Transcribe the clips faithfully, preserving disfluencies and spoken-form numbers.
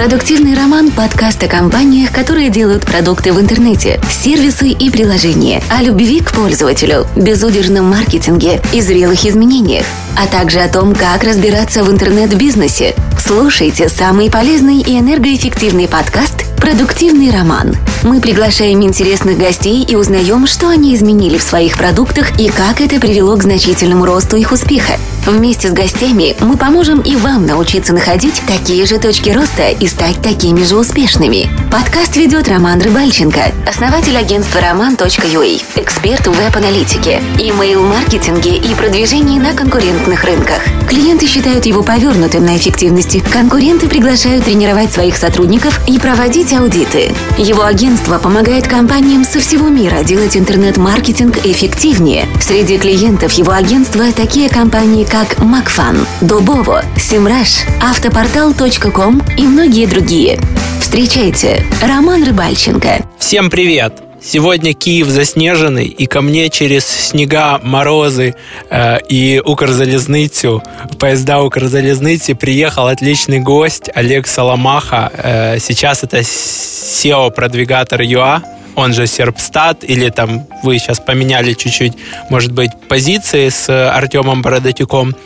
Продуктивный роман – подкаст о компаниях, которые делают продукты в интернете, сервисы и приложения, о любви к пользователю, безудержном маркетинге и зрелых изменениях, а также о том, как разбираться в интернет-бизнесе. Слушайте самый полезный и энергоэффективный подкаст «Продуктивный роман». Мы приглашаем интересных гостей и узнаем, что они изменили в своих продуктах и как это привело к значительному росту их успеха. Вместе с гостями мы поможем и вам научиться находить такие же точки роста и стать такими же успешными. Подкаст ведет Роман Рыбальченко, основатель агентства роман точка ю а, эксперт в веб-аналитике, имейл-маркетинге и продвижении на конкурентных рынках. Клиенты считают его повернутым на эффективности. Конкуренты приглашают тренировать своих сотрудников и проводить аудиты. Его агентство помогает компаниям со всего мира делать интернет-маркетинг эффективнее. Среди клиентов его агентства такие компании, как Макфан, Дубово, Симраш, автопортал точка ком и многие другие. Встречайте, Роман Рыбальченко. Всем привет! Сегодня Киев заснеженный, и ко мне через снега, морозы э, и Укрзалізницю, поезда Укрзалізниці приехал отличный гость Олег Соломаха. Э, сейчас это сео-продвигатор ю а, он же Серпстат, или там вы сейчас поменяли чуть-чуть, может быть, позиции с Артемом Бородатюком.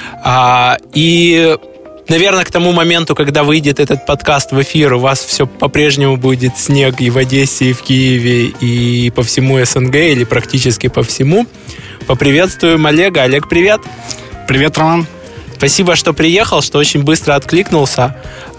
А, и... Наверное, к тому моменту, когда выйдет этот подкаст в эфир, у вас все по-прежнему будет снег и в Одессе, и в Киеве, и по всему СНГ, или практически по всему. Поприветствуем Олега. Олег, привет. Привет, Роман. Спасибо, что приехал, что очень быстро откликнулся.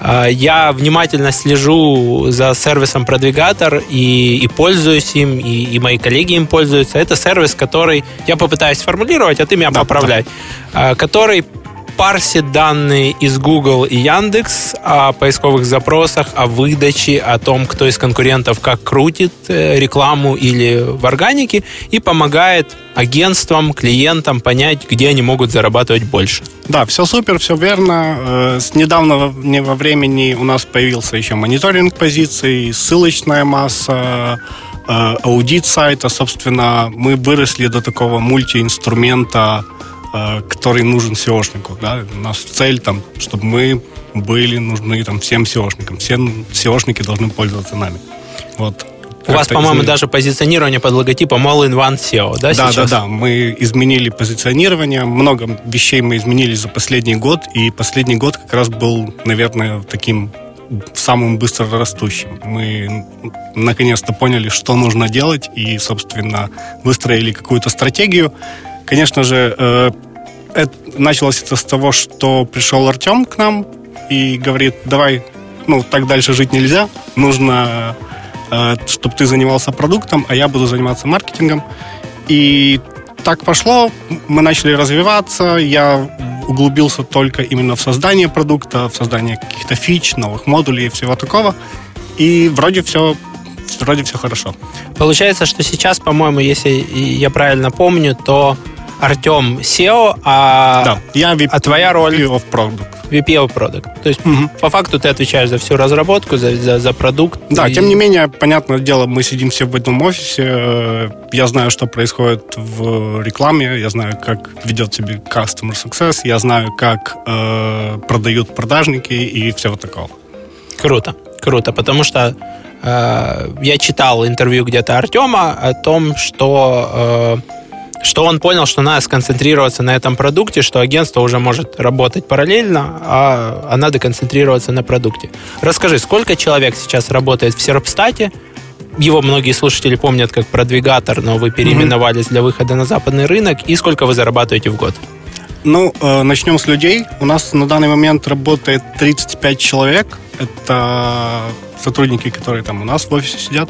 Я внимательно слежу за сервисом Продвигатор и, и пользуюсь им, и, и мои коллеги им пользуются. Это сервис, который, я попытаюсь сформулировать, а ты меня да, поправляй, да. который парсит данные из Google и Яндекс о поисковых запросах, о выдаче, о том, кто из конкурентов как крутит рекламу или в органике, и помогает агентствам, клиентам понять, где они могут зарабатывать больше. Да, все супер, все верно. С недавнего времени у нас появился еще мониторинг позиций, ссылочная масса, аудит сайта. Собственно, мы выросли до такого мультиинструмента, который нужен сеошнику. Да? У нас цель, там, чтобы мы были нужны там, всем сеошникам. Все сеошники должны пользоваться нами. Вот. У вас, по-моему, изменили. Даже позиционирование под логотипом All-in-One сео, да, да, сейчас? Да, да, да. Мы изменили позиционирование. Много вещей мы изменили за последний год. И последний год как раз был, наверное, таким самым быстро растущим. Мы наконец-то поняли, что нужно делать. И, собственно, выстроили какую-то стратегию. Конечно же, э, это, началось это с того, что пришел Артем к нам и говорит, давай, ну, так дальше жить нельзя, нужно, э, чтобы ты занимался продуктом, а я буду заниматься маркетингом. И так пошло, мы начали развиваться, я углубился только именно в создание продукта, в создание каких-то фич, новых модулей и всего такого, и вроде все... Вроде все хорошо. Получается, что сейчас, по-моему, если я правильно помню, то Артем сео, а, да, я ви пи, а твоя роль ви пи of Product. ви пи of Product. То есть, угу. по факту, ты отвечаешь за всю разработку, за, за, за продукт. Да, и... тем не менее, понятное дело, мы сидим все в одном офисе. Я знаю, что происходит в рекламе, я знаю, как ведет себя Customer Success, я знаю, как э, продают продажники и всего такого. Круто, круто, потому что э, я читал интервью где-то Артема о том, что... Э, что он понял, что надо сконцентрироваться на этом продукте, что агентство уже может работать параллельно, а, а надо концентрироваться на продукте. Расскажи, сколько человек сейчас работает в Серпстате? Его многие слушатели помнят как продвигатор, но вы переименовались mm-hmm. для выхода на западный рынок. И сколько вы зарабатываете в год? Ну, э, начнем с людей. У нас на данный момент работает тридцать пять человек. Это сотрудники, которые там у нас в офисе сидят.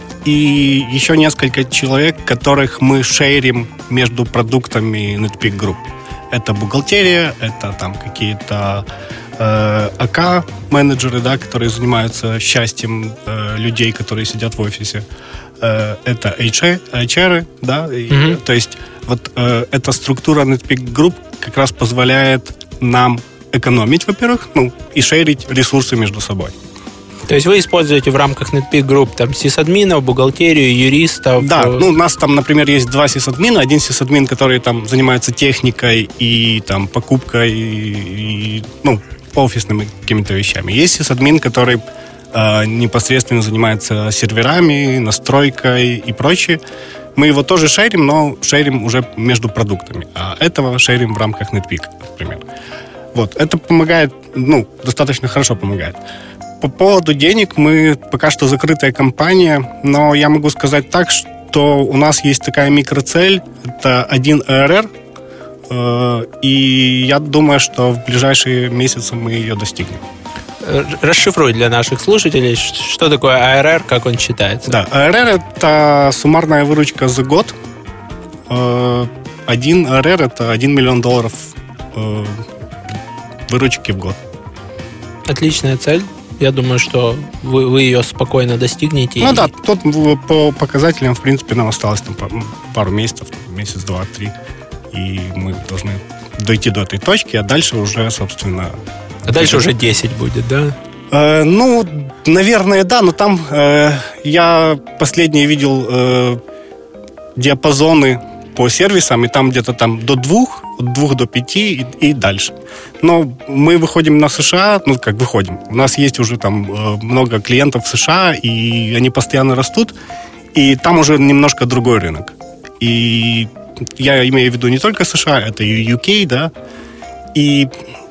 И еще несколько человек, которых мы шерим между продуктами Netpeak Group. Это бухгалтерия, это там какие-то э, АК-менеджеры, да, которые занимаются счастьем э, людей, которые сидят в офисе. Э, это эйч ар, да, mm-hmm. и, то есть вот э, эта структура Netpeak Group как раз позволяет нам экономить, во-первых, ну, и шерить ресурсы между собой. То есть вы используете в рамках Netpeak Group там сисадминов, бухгалтерию, юристов? Да, ну у нас там, например, есть два сисадмина. Один сисадмин, который там занимается техникой и там покупкой, и, и, ну, офисными какими-то вещами. Есть сисадмин, который э, непосредственно занимается серверами, настройкой и прочее. Мы его тоже шерим, но шерим уже между продуктами. А этого шерим в рамках NetPeak, например. Вот. Это помогает, ну, достаточно хорошо помогает. По поводу денег, мы пока что закрытая компания, но я могу сказать так, что у нас есть такая микроцель, это один эй эр эр, э, и я думаю, что в ближайшие месяцы мы ее достигнем. Расшифруй для наших слушателей, что такое эй эр эр, как он считается. Да, эй эр эр – это суммарная выручка за год. Один эй эр эр – это один миллион долларов выручки в год. Отличная цель. Я думаю, что вы, вы ее спокойно достигнете. Ну и... да, тут по показателям, в принципе, нам осталось там пару месяцев, месяц, два, три, и мы должны дойти до этой точки, а дальше уже, собственно... А дальше уже десять будет, да? Э, ну, наверное, да, но там э, я последнее видел э, диапазоны по сервисам, и там где-то там до двух, от двух до пяти и, и дальше. Но мы выходим на США, ну, как выходим. У нас есть уже там э, много клиентов в США, и они постоянно растут, и там уже немножко другой рынок. И я имею в виду не только США, это и ю кей, да, и...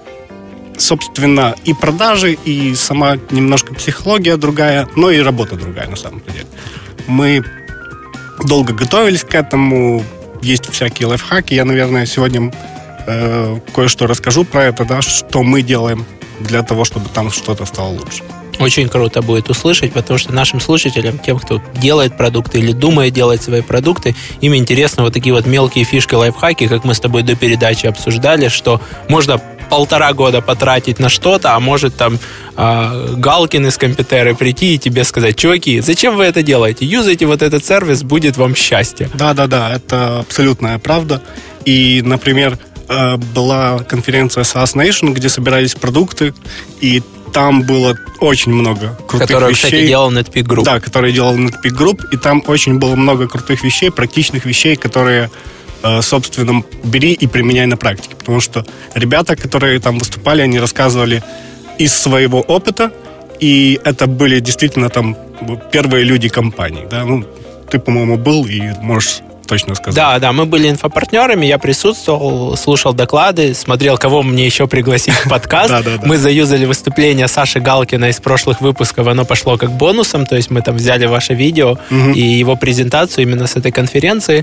собственно, и продажи, и сама немножко психология другая, но и работа другая, на самом деле. Мы долго готовились к этому, есть всякие лайфхаки. Я, наверное, сегодня э, кое-что расскажу про это, да, что мы делаем для того, чтобы там что-то стало лучше. Очень круто будет услышать, потому что нашим слушателям, тем, кто делает продукты или думает делать свои продукты, им интересны вот такие вот мелкие фишки, лайфхаки, как мы с тобой до передачи обсуждали, что можно полтора года потратить на что-то, а может там э, Галкин из Компьютеры прийти и тебе сказать: чуваки, зачем вы это делаете? Юзайте вот этот сервис, будет вам счастье. Да-да-да, это абсолютная правда. И, например, э, была конференция SaaS Nation, где собирались продукты, и там было очень много крутых Которую, вещей. Кстати, делал NetPeak Group. Да, который делал NetPeak Group, и там очень было много крутых вещей, практичных вещей, которые, собственно, бери и применяй на практике. Потому что ребята, которые там выступали, они рассказывали из своего опыта, и это были действительно там первые люди компании. Да? Ну, ты, по-моему, был и можешь точно сказать. Да, да, мы были инфопартнерами, я присутствовал, слушал доклады, смотрел, кого мне еще пригласить в подкаст. Мы заюзали выступление Саши Галкина из прошлых выпусков, оно пошло как бонусом, то есть мы там взяли ваше видео и его презентацию именно с этой конференции.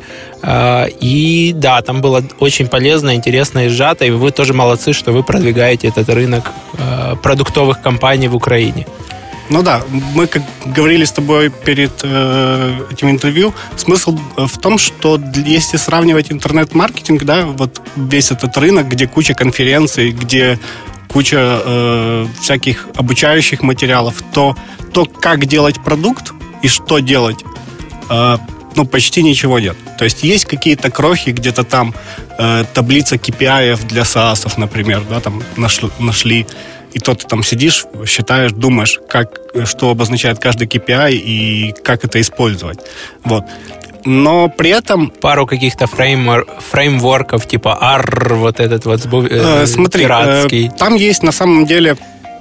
И да, там было очень полезно, интересно и сжато, и вы тоже молодцы, что вы продвигаете этот рынок продуктовых компаний в Украине. Ну да, мы, как говорили с тобой перед э, этим интервью, смысл в том, что если сравнивать интернет-маркетинг, да, вот весь этот рынок, где куча конференций, где куча э, всяких обучающих материалов, то то, как делать продукт и что делать, э, ну, почти ничего нет. То есть есть какие-то крохи, где-то там э, таблица кей пи ай для SaaS, например, да, там нашли, нашли и то ты там сидишь, считаешь, думаешь, как, что обозначает каждый кей пи ай и как это использовать. Вот. Но при этом... Пару каких-то фреймвор- фреймворков, типа ар, вот этот вот э, смотри, пиратский. Э, там есть на самом деле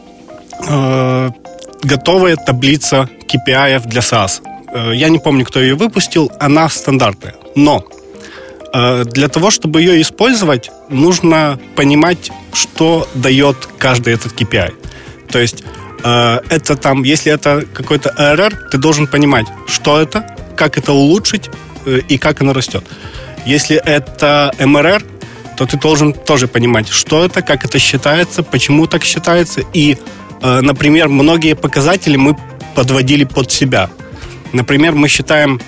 э, готовая таблица кей пи ай для SaaS. Э, я не помню, кто ее выпустил, она стандартная. Но для того, чтобы ее использовать, нужно понимать, что дает каждый этот кей пи ай. То есть, это там, если это какой-то эй эр эр, ты должен понимать, что это, как это улучшить и как оно растет. Если это эм эр эр, то ты должен тоже понимать, что это, как это считается, почему так считается. И, например, многие показатели мы подводили под себя. Например, мы считаем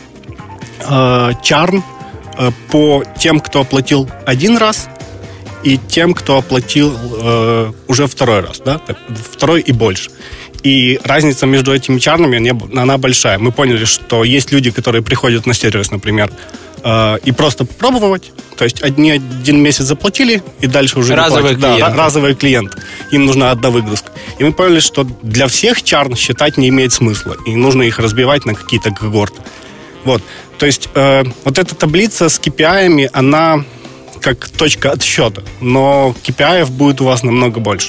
чарн по тем, кто оплатил один раз, и тем, кто оплатил э, уже второй раз, да, второй и больше. И разница между этими чарнами, она большая. Мы поняли, что есть люди, которые приходят на сервис, например, э, и просто пробовать. То есть одни один месяц заплатили, и дальше уже разовый не платят. Да, разовый клиент. Им нужна одна выгрузка. И мы поняли, что для всех чарн считать не имеет смысла, и нужно их разбивать на какие-то когорты. Вот. То есть э, вот эта таблица с кей пи ай-ами, она как точка отсчета, но кей пи ай-ев будет у вас намного больше.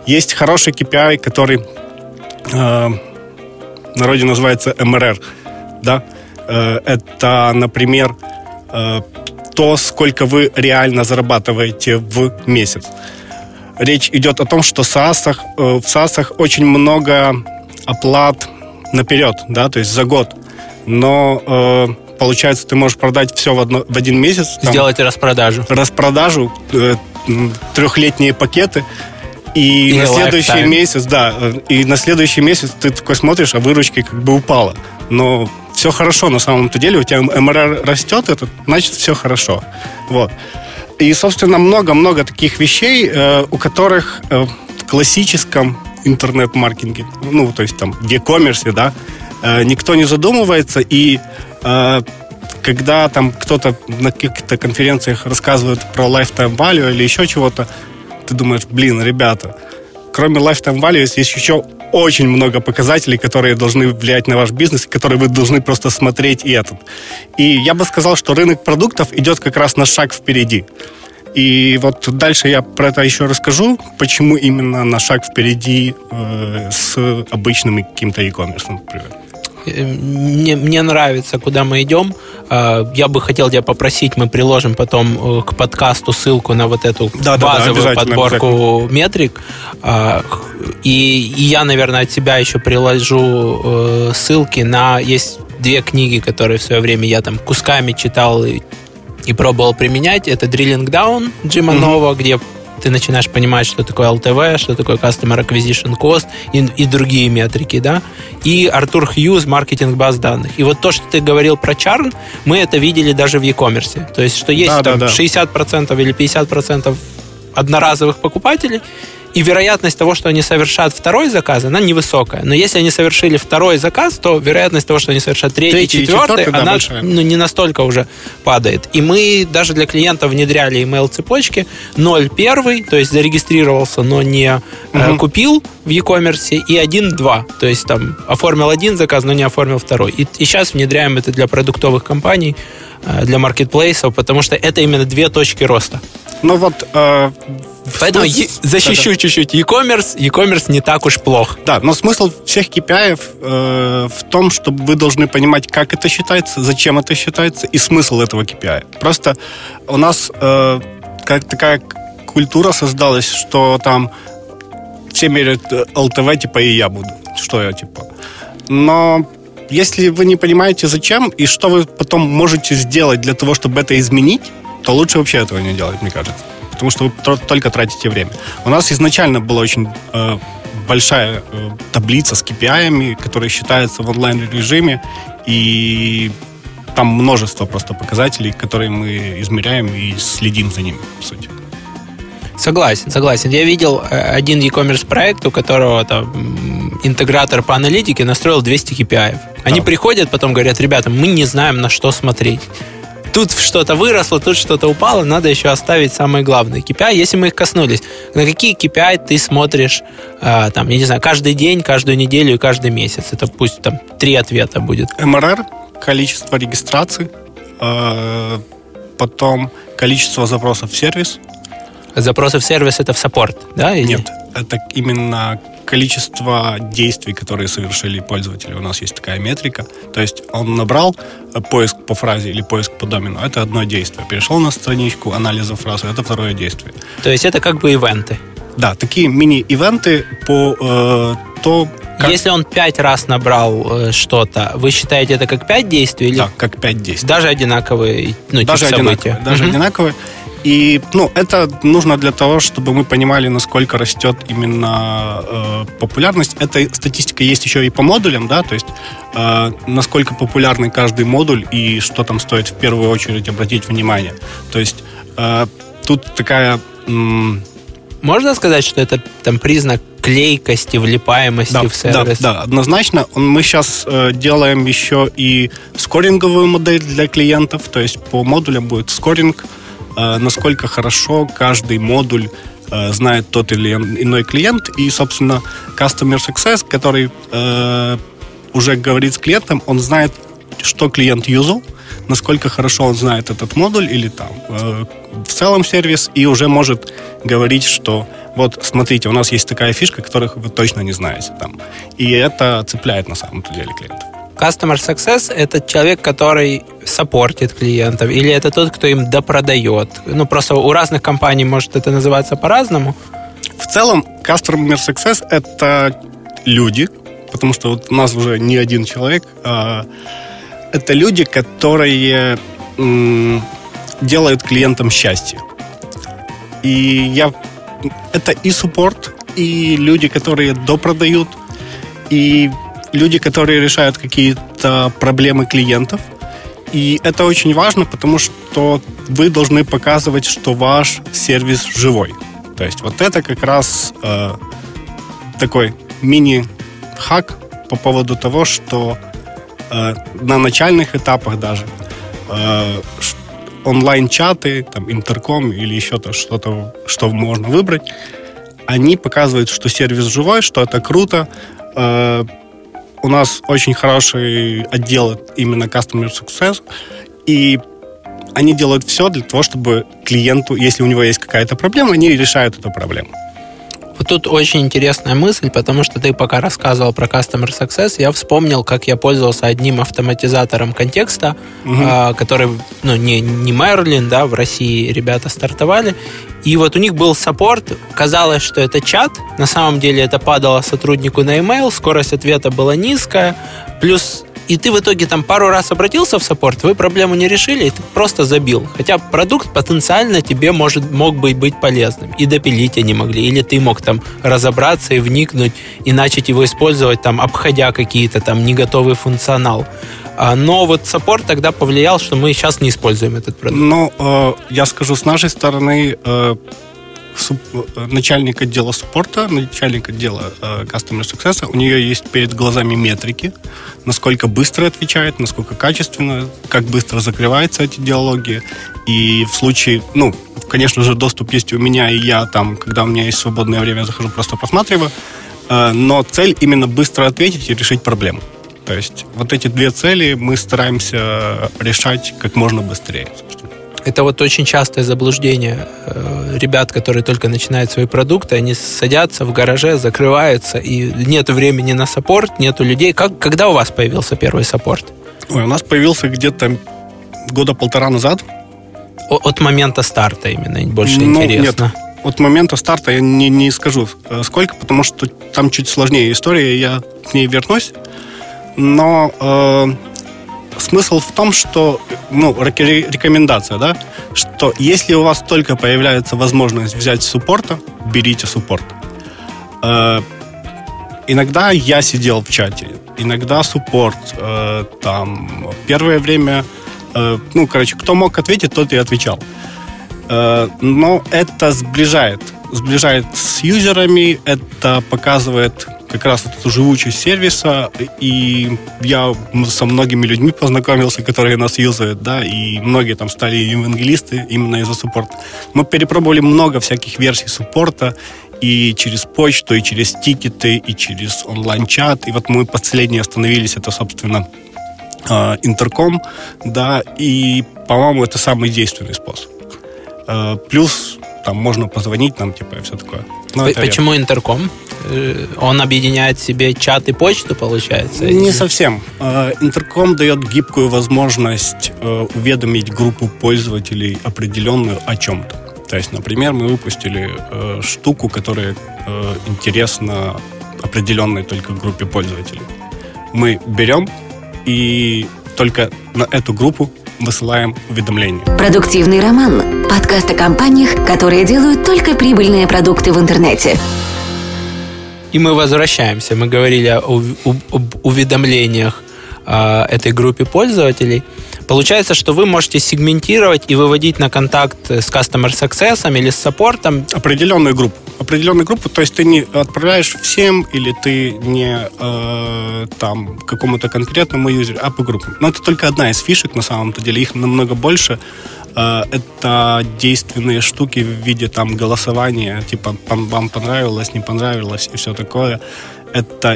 Есть хороший кей пи ай, который э, в народе называется эм эр эр. Да? Э, это, например, э, то, сколько вы реально зарабатываете в месяц. Речь идет о том, что в SaaS, э, в SaaS очень много оплат наперед, да, то есть за год. Но э, получается, ты можешь продать все в, одно, в один месяц. Там, сделать распродажу. Распродажу, э, трехлетние пакеты. И, и на следующий lifetime. месяц, да, и на следующий месяц ты такой смотришь, а выручка как бы упала. Но все хорошо на самом-то деле, у тебя эм эр эр растет, это значит все хорошо. Вот. И, собственно, много-много таких вещей, э, у которых э, в классическом интернет-маркетинге, ну, то есть там в e-commerce, да, э, никто не задумывается, и э, когда там кто-то на каких-то конференциях рассказывает про lifetime value или еще чего-то, ты думаешь, блин, ребята, кроме lifetime value есть еще очень много показателей, которые должны влиять на ваш бизнес, которые вы должны просто смотреть и этот. И я бы сказал, что рынок продуктов идет как раз на шаг впереди. И вот дальше я про это еще расскажу, почему именно на шаг впереди э, с обычным каким-то e-commerce, например. Мне, мне нравится, куда мы идем. Я бы хотел тебя попросить, мы приложим потом к подкасту ссылку на вот эту да, базовую да, да, подборку метрик. И, и я, наверное, от себя еще приложу ссылки на... Есть две книги, которые в свое время я там кусками читал и, и пробовал применять. Это Drilling Down Джима mm-hmm. Нова, где ты начинаешь понимать, что такое эл ти ви, что такое Customer Acquisition Cost и, и другие метрики, да. И Артур Хьюз, маркетинг баз данных. И вот то, что ты говорил про чарн, мы это видели даже в e-commerce. То есть, что есть да, там да, да. шестьдесят процентов или пятьдесят процентов одноразовых покупателей, и вероятность того, что они совершат второй заказ, она невысокая. Но если они совершили второй заказ, то вероятность того, что они совершат третий, третий четвертый, четвертый, она да, ну, не настолько уже падает. И мы даже для клиентов внедряли email-цепочки ноль первый, то есть зарегистрировался, но не угу. э, купил в e-commerce, и один-два, то есть там оформил один заказ, но не оформил второй. И, и сейчас внедряем это для продуктовых компаний, э, для маркетплейсов, потому что это именно две точки роста. Ну вот... Э... Поэтому е- защищу да, да. чуть-чуть e-commerce. E-commerce не так уж плох. Да, но смысл всех кей пи ай э, в том, чтобы вы должны понимать, как это считается, зачем это считается и смысл этого кей пи ай. Просто у нас э, как такая культура создалась, что там все меряют эл ти ви, типа, и я буду. Что я, типа. Но если вы не понимаете, зачем и что вы потом можете сделать для того, чтобы это изменить, то лучше вообще этого не делать, мне кажется. Потому что вы только тратите время. У нас изначально была очень э, большая э, таблица с кей пи ай-ами, которые считаются в онлайн-режиме, и там множество просто показателей, которые мы измеряем и следим за ними, по сути. Согласен, согласен. Я видел один e-commerce проект, у которого там интегратор по аналитике настроил двести кей пи ай. Они да. приходят, потом говорят, ребята, мы не знаем, на что смотреть. Тут что-то выросло, тут что-то упало, надо еще оставить самые главные кей пи ай. Если мы их коснулись, на какие кей пи ай ты смотришь, э, там, я не знаю, каждый день, каждую неделю и каждый месяц? Это пусть там три ответа будет. эм эр эр, количество регистраций, э, потом количество запросов в сервис. Запросы в сервис — это в саппорт, да? Или? Нет, это именно количество действий, которые совершили пользователи. У нас есть такая метрика. То есть он набрал поиск по фразе или поиск по домену. Это одно действие. Перешел на страничку анализа фразы. Это второе действие. То есть это как бы ивенты. Да, такие мини-ивенты по э, то... Как... Если он пять раз набрал э, что-то, вы считаете это как пять действий? Или... Да, как пять действий. Даже одинаковые, ну, даже тип одинаковые, события? Даже угу. одинаковые. И, ну, это нужно для того, чтобы мы понимали, насколько растет именно э, популярность. Эта статистика есть еще и по модулям, да, то есть э, насколько популярный каждый модуль и что там стоит в первую очередь обратить внимание. То есть э, тут такая... М- Можно сказать, что это там признак клейкости, влипаемости да, в сервис? Да, да, однозначно. Мы сейчас э, делаем еще и скоринговую модель для клиентов, то есть по модулям будет скоринг, насколько хорошо каждый модуль э, знает тот или иной клиент. И, собственно, Customer Success, который э, уже говорит с клиентом, он знает, что клиент юзал, насколько хорошо он знает этот модуль или там э, в целом сервис, и уже может говорить, что вот смотрите, у нас есть такая фишка, которых вы точно не знаете там. И это цепляет на самом деле клиентов. Customer Success – это человек, который саппортит клиентов, или это тот, кто им допродает? Ну, просто у разных компаний может это называться по-разному. В целом, Customer Success – это люди, потому что вот у нас уже не один человек, а это люди, которые м, делают клиентам счастье. И я, это и суппорт, и люди, которые допродают, и люди, которые решают какие-то проблемы клиентов. И это очень важно, потому что вы должны показывать, что ваш сервис живой. То есть вот это как раз э, такой мини-хак по поводу того, что э, на начальных этапах даже э, онлайн-чаты, там, интерком или еще то, что-то, что можно выбрать, они показывают, что сервис живой, что это круто. Э, у нас очень хороший отдел именно Customer Success, и они делают все для того, чтобы клиенту, если у него есть какая-то проблема, они решают эту проблему. Вот тут очень интересная мысль, потому что ты пока рассказывал про Customer Success, я вспомнил, как я пользовался одним автоматизатором контекста, угу. э, который, ну, не, не Merlin, да, в России ребята стартовали, и вот у них был саппорт, казалось, что это чат, на самом деле это падало сотруднику на email, скорость ответа была низкая, плюс и ты в итоге там пару раз обратился в саппорт, вы проблему не решили, и ты просто забил. Хотя продукт потенциально тебе может, мог бы быть полезным. И допилить они могли. Или ты мог там разобраться и вникнуть, и начать его использовать, там, обходя какие-то там не готовый функционал. Но вот саппорт тогда повлиял, что мы сейчас не используем этот продукт. Ну, э, я скажу, с нашей стороны... Э... начальник отдела суппорта, начальник отдела э, Customer Success, у нее есть перед глазами метрики, насколько быстро отвечает, насколько качественно, как быстро закрываются эти диалоги. И в случае, ну, конечно же, доступ есть у меня, и я там, когда у меня есть свободное время, захожу, просто просматриваю. Э, но цель именно быстро ответить и решить проблему. То есть вот эти две цели мы стараемся решать как можно быстрее, собственно. Это вот очень частое заблуждение э, ребят, которые только начинают свои продукты. Они садятся в гараже, закрываются, и нет времени на саппорт, нету людей. Как, когда у вас появился первый саппорт? Ой, у нас появился где-то года полтора назад. О, от момента старта именно, больше ну, интересно. Нет, от момента старта я не, не скажу сколько, потому что там чуть сложнее история, я к ней вернусь. Но... Э, смысл в том, что, ну, рекомендация, да, что если у вас только появляется возможность взять суппорта, берите суппорт. Э, иногда я сидел в чате, иногда суппорт, э, там, первое время, э, ну, короче, кто мог ответить, тот и отвечал. Э, но это сближает, сближает с юзерами, это показывает как раз вот эту живучесть сервиса, и я со многими людьми познакомился, которые нас юзают, да, и многие там стали евангелисты именно из-за суппорта. Мы перепробовали много всяких версий суппорта, и через почту, и через тикеты, и через онлайн-чат, и вот мы последние остановились, это, собственно, интерком, да, и, по-моему, это самый действенный способ. Плюс там можно позвонить нам, типа, и все такое. Но почему интерком? Он объединяет в себе чат и почту, получается? Не совсем. Интерком дает гибкую возможность уведомить группу пользователей определенную о чем-то. То есть, например, мы выпустили штуку, которая интересна определенной только группе пользователей. Мы берем и только на эту группу высылаем уведомления. Продуктивный роман. Подкаст о компаниях, которые делают только прибыльные продукты в интернете. И мы возвращаемся. Мы говорили о, о, об уведомлениях э, этой группе пользователей. Получается, что вы можете сегментировать и выводить на контакт с Customer Success или с саппортом определенную группу. Определенную группу, то есть ты не отправляешь всем или ты не э, там какому-то конкретному юзеру, а по группам. Но это только одна из фишек на самом-то деле. Их намного больше. Э, это действенные штуки в виде там голосования, типа вам понравилось, не понравилось и все такое. Это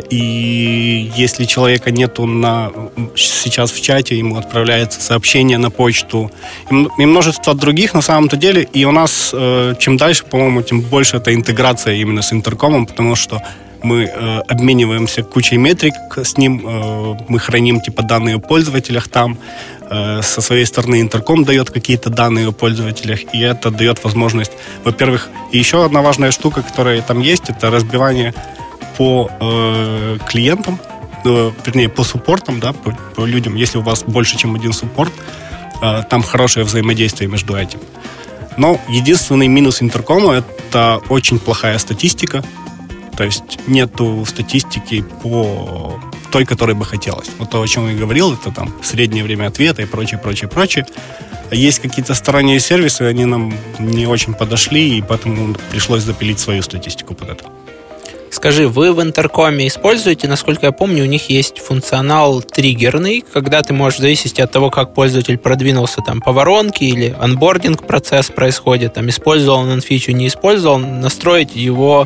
и если человека нету на, сейчас в чате, ему отправляется сообщение на почту, и множество других на самом-то деле. И у нас э, чем дальше, по-моему, тем больше это интеграция именно с интеркомом, потому что мы э, обмениваемся кучей метрик с ним, э, мы храним типа данные о пользователях там, э, со своей стороны интерком дает какие-то данные о пользователях, и это дает возможность, во-первых, и еще одна важная штука, которая там есть, это разбивание по э, клиентам, э, вернее, по суппортам, да, по, по людям. Если у вас больше, чем один суппорт, э, там хорошее взаимодействие между этим. Но единственный минус интеркома — это очень плохая статистика. То есть нету статистики по той, которой бы хотелось. Вот то, о чем я говорил, это там среднее время ответа и прочее, прочее, прочее. Есть какие-то сторонние сервисы, они нам не очень подошли, и поэтому пришлось запилить свою статистику под это. Скажи, вы в интеркоме используете, насколько я помню, у них есть функционал триггерный, когда ты можешь, в зависимости от того, как пользователь продвинулся там по воронке или онбординг процесс происходит, там использовал он фичу, не использовал, настроить его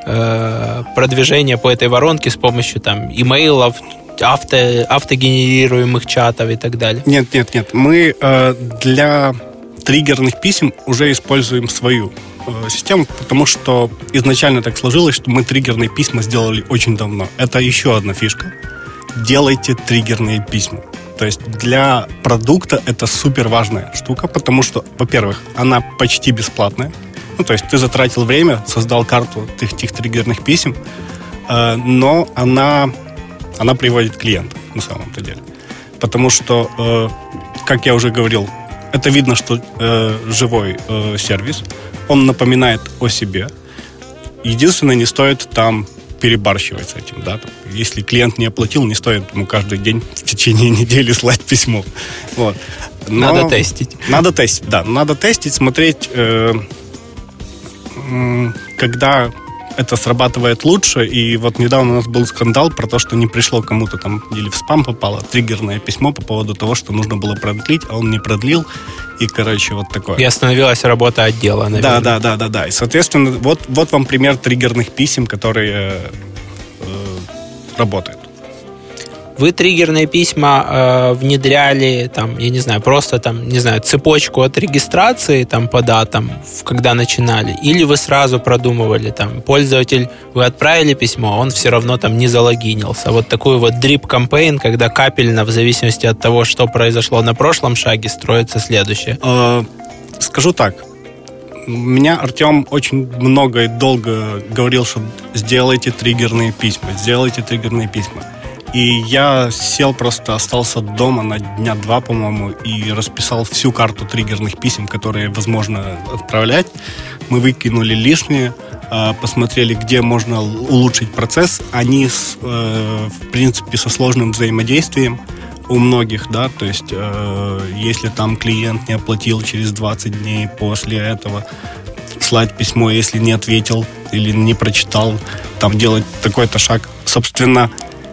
э, продвижение по этой воронке с помощью там имейлов, авто, автогенерируемых чатов и так далее. Нет, нет, нет. Мы э, для триггерных писем уже используем свою систему, потому что изначально так сложилось, что мы триггерные письма сделали очень давно. Это еще одна фишка. Делайте триггерные письма. То есть для продукта это супер важная штука, потому что, во-первых, она почти бесплатная. Ну, то есть ты затратил время, создал карту этих, этих триггерных писем, э, но она, она приводит клиентов на самом-то деле. Потому что, э, как я уже говорил, это видно, что э, живой э, сервис, он напоминает о себе. Единственное, не стоит там перебарщивать с этим. Да? Если клиент не оплатил, не стоит ему каждый день в течение недели слать письмо. Вот. Но надо тестить. Надо тестить, да. Надо тестить, смотреть, э, э, когда это срабатывает лучше. И вот недавно у нас был скандал про то, что не пришло кому-то там, или в спам попало триггерное письмо по поводу того, что нужно было продлить, а он не продлил. И, короче, вот такое. И остановилась работа отдела, наверное. Да, да, да, да, да. И, соответственно, вот, вот вам пример триггерных писем, которые э, работают. Вы триггерные письма э, внедряли, там, я не знаю, просто там, не знаю, цепочку от регистрации там по датам, когда начинали, или вы сразу продумывали, там, пользователь, вы отправили письмо, он все равно там не залогинился. Вот такой вот drip-кампейн, когда капельно, в зависимости от того, что произошло на прошлом шаге, строится следующее. Э, скажу так. Меня Артем очень много и долго говорил, что сделайте триггерные письма, сделайте триггерные письма. И я сел просто, остался дома на дня два, по-моему, и расписал всю карту триггерных писем, которые возможно отправлять. Мы выкинули лишнее, посмотрели, где можно улучшить процесс. Они, в принципе, со сложным взаимодействием у многих, да, то есть если там клиент не оплатил через двадцать дней после этого, слать письмо, если не ответил или не прочитал, там делать такой-то шаг. Собственно,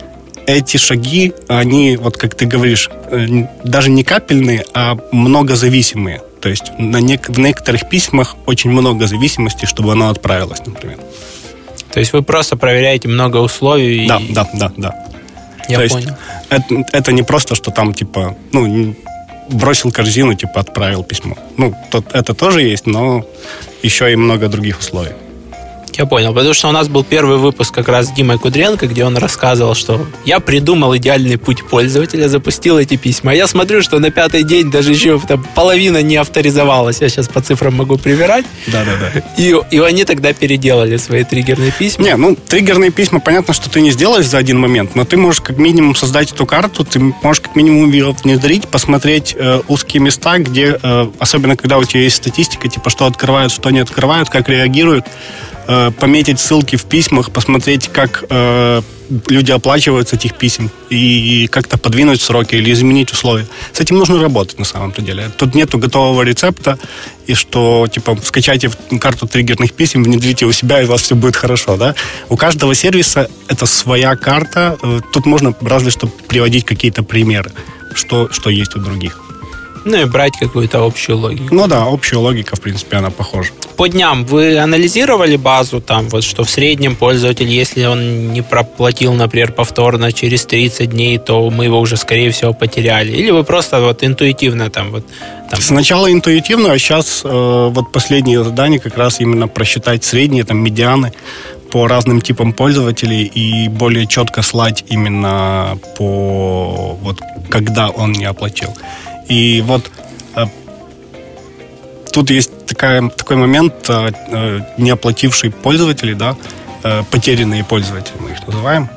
эти шаги, они, вот как ты говоришь, даже не капельные, а многозависимые. То есть на нек- в некоторых письмах очень много зависимости, чтобы оно отправилось, например. То есть вы просто проверяете много условий? Да, и... да, да, да. Я То понял. есть это, это не просто, что там, типа, ну, бросил корзину, типа, отправил письмо. Ну, то, это тоже есть, но еще и много других условий. Я понял, потому что у нас был первый выпуск как раз с Димой Кудренко, где он рассказывал, что я придумал идеальный путь пользователя, запустил эти письма. Я смотрю, что на пятый день даже еще там, половина не авторизовалась. Я сейчас по цифрам могу привирать. Да-да-да. И, и они тогда переделали свои триггерные письма. Не, ну, триггерные письма, понятно, что ты не сделаешь за один момент, но ты можешь как минимум создать эту карту, ты можешь как минимум ее внедрить, посмотреть э, узкие места, где, э, особенно когда у тебя есть статистика, типа, что открывают, что не открывают, как реагируют, пометить ссылки в письмах, посмотреть, как э, люди оплачивают с этих писем, и как-то подвинуть сроки или изменить условия. С этим нужно работать на самом-то деле. Тут нету готового рецепта, и что, типа, скачайте карту триггерных писем, внедрите у себя, и у вас все будет хорошо, да? У каждого сервиса это своя карта. Тут можно разве что приводить какие-то примеры, что, что есть у других. Ну и брать какую-то общую логику. Ну да, общая логика, в принципе, она похожа. По дням вы анализировали базу, там, вот, что в среднем пользователь, если он не проплатил, например, повторно через тридцать дней, то мы его уже, скорее всего, потеряли? Или вы просто вот интуитивно там вот... Там... Сначала интуитивно, а сейчас э, вот последнее задание как раз именно просчитать средние, там, медианы по разным типам пользователей и более четко слать именно по вот когда он не оплатил. И вот э, тут есть такая, такой момент, э, э, не оплатившие пользователи, да, э, потерянные пользователи, мы их называем.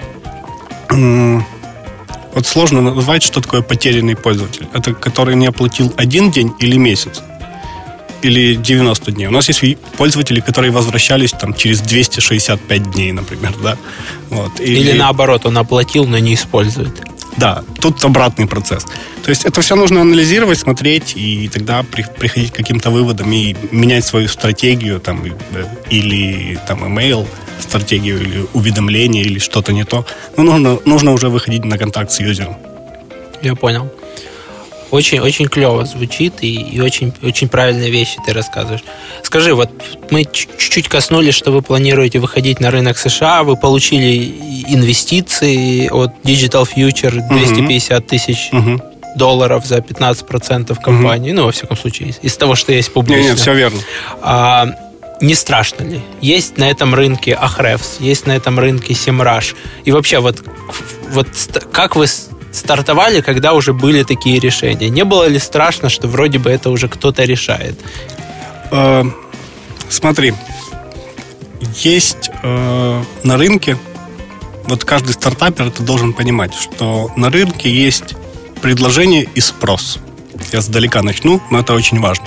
Вот сложно назвать, что такое потерянный пользователь. Это который не оплатил один день или месяц, или девяносто дней. У нас есть пользователи, которые возвращались там через двести шестьдесят пять дней, например, да. Вот. Или, или наоборот, он оплатил, но не использует. Да, тут обратный процесс. То есть это все нужно анализировать, смотреть, и тогда при, приходить к каким-то выводам и менять свою стратегию там, или там, email, стратегию или уведомление, или что-то не то. Но нужно, нужно уже выходить на контакт с юзером. Я понял. Очень, очень клево звучит, и, и очень, очень правильные вещи ты рассказываешь. Скажи, вот мы чуть-чуть коснулись, что вы планируете выходить на рынок США, вы получили инвестиции от Digital Future двести пятьдесят тысяч uh-huh. долларов за пятнадцать процентов компании, uh-huh. ну, во всяком случае, из, из того, что есть публично. Нет, нет, все верно. А, не страшно ли? Есть на этом рынке Ahrefs, есть на этом рынке Semrush. И вообще, вот, вот как вы стартовали, когда уже были такие решения? Не было ли страшно, что вроде бы это уже кто-то решает? Э, смотри, есть э, на рынке, вот каждый стартапер это должен понимать, что на рынке есть предложение и спрос. Я сдалека начну, но это очень важно.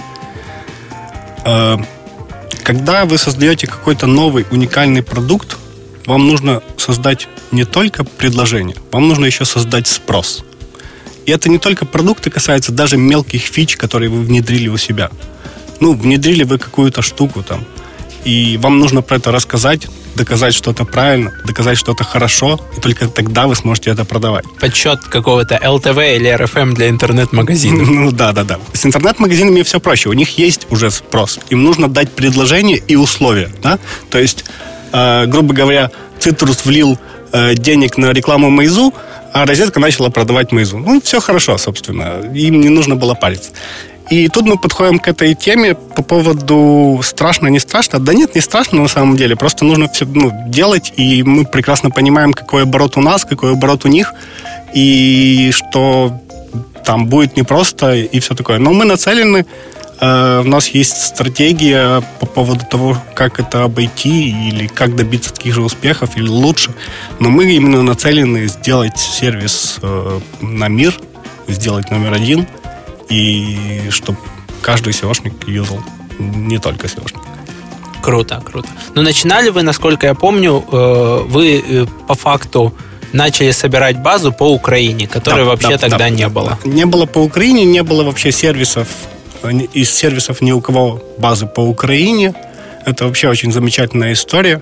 Э, когда вы создаете какой-то новый уникальный продукт, вам нужно создать не только предложение, вам нужно еще создать спрос. И это не только продукты касается даже мелких фич, которые вы внедрили у себя. Ну, внедрили вы какую-то штуку там, и вам нужно про это рассказать, доказать, что это правильно, доказать, что это хорошо, и только тогда вы сможете это продавать. Подсчет какого-то эл тэ вэ или эр эф эм для интернет-магазинов. Ну да, да, да. С интернет-магазинами все проще. У них есть уже спрос. Им нужно дать предложение и условия. Да? То есть, э, грубо говоря, Цитрус влил э, денег на рекламу Meizu, а розетка начала продавать Meizu. Ну, все хорошо, собственно. Им не нужно было париться. И тут мы подходим к этой теме по поводу страшно, не страшно. Да нет, не страшно на самом деле. Просто нужно все ну, делать, и мы прекрасно понимаем, какой оборот у нас, какой оборот у них, и что там будет непросто, и все такое. Но мы нацелены. Э, у нас есть стратегия по поводу того, как это обойти, или как добиться таких же успехов, или лучше. Но мы именно нацелены сделать сервис э, на мир, сделать номер один, и чтобы каждый сеошник юзал, не только сеошник. Круто, круто. Но начинали вы, насколько я помню, вы по факту начали собирать базу по Украине, которой да, вообще да, тогда да, не да, было. Да. Не было по Украине, не было вообще сервисов, из сервисов ни у кого базы по Украине. Это вообще очень замечательная история.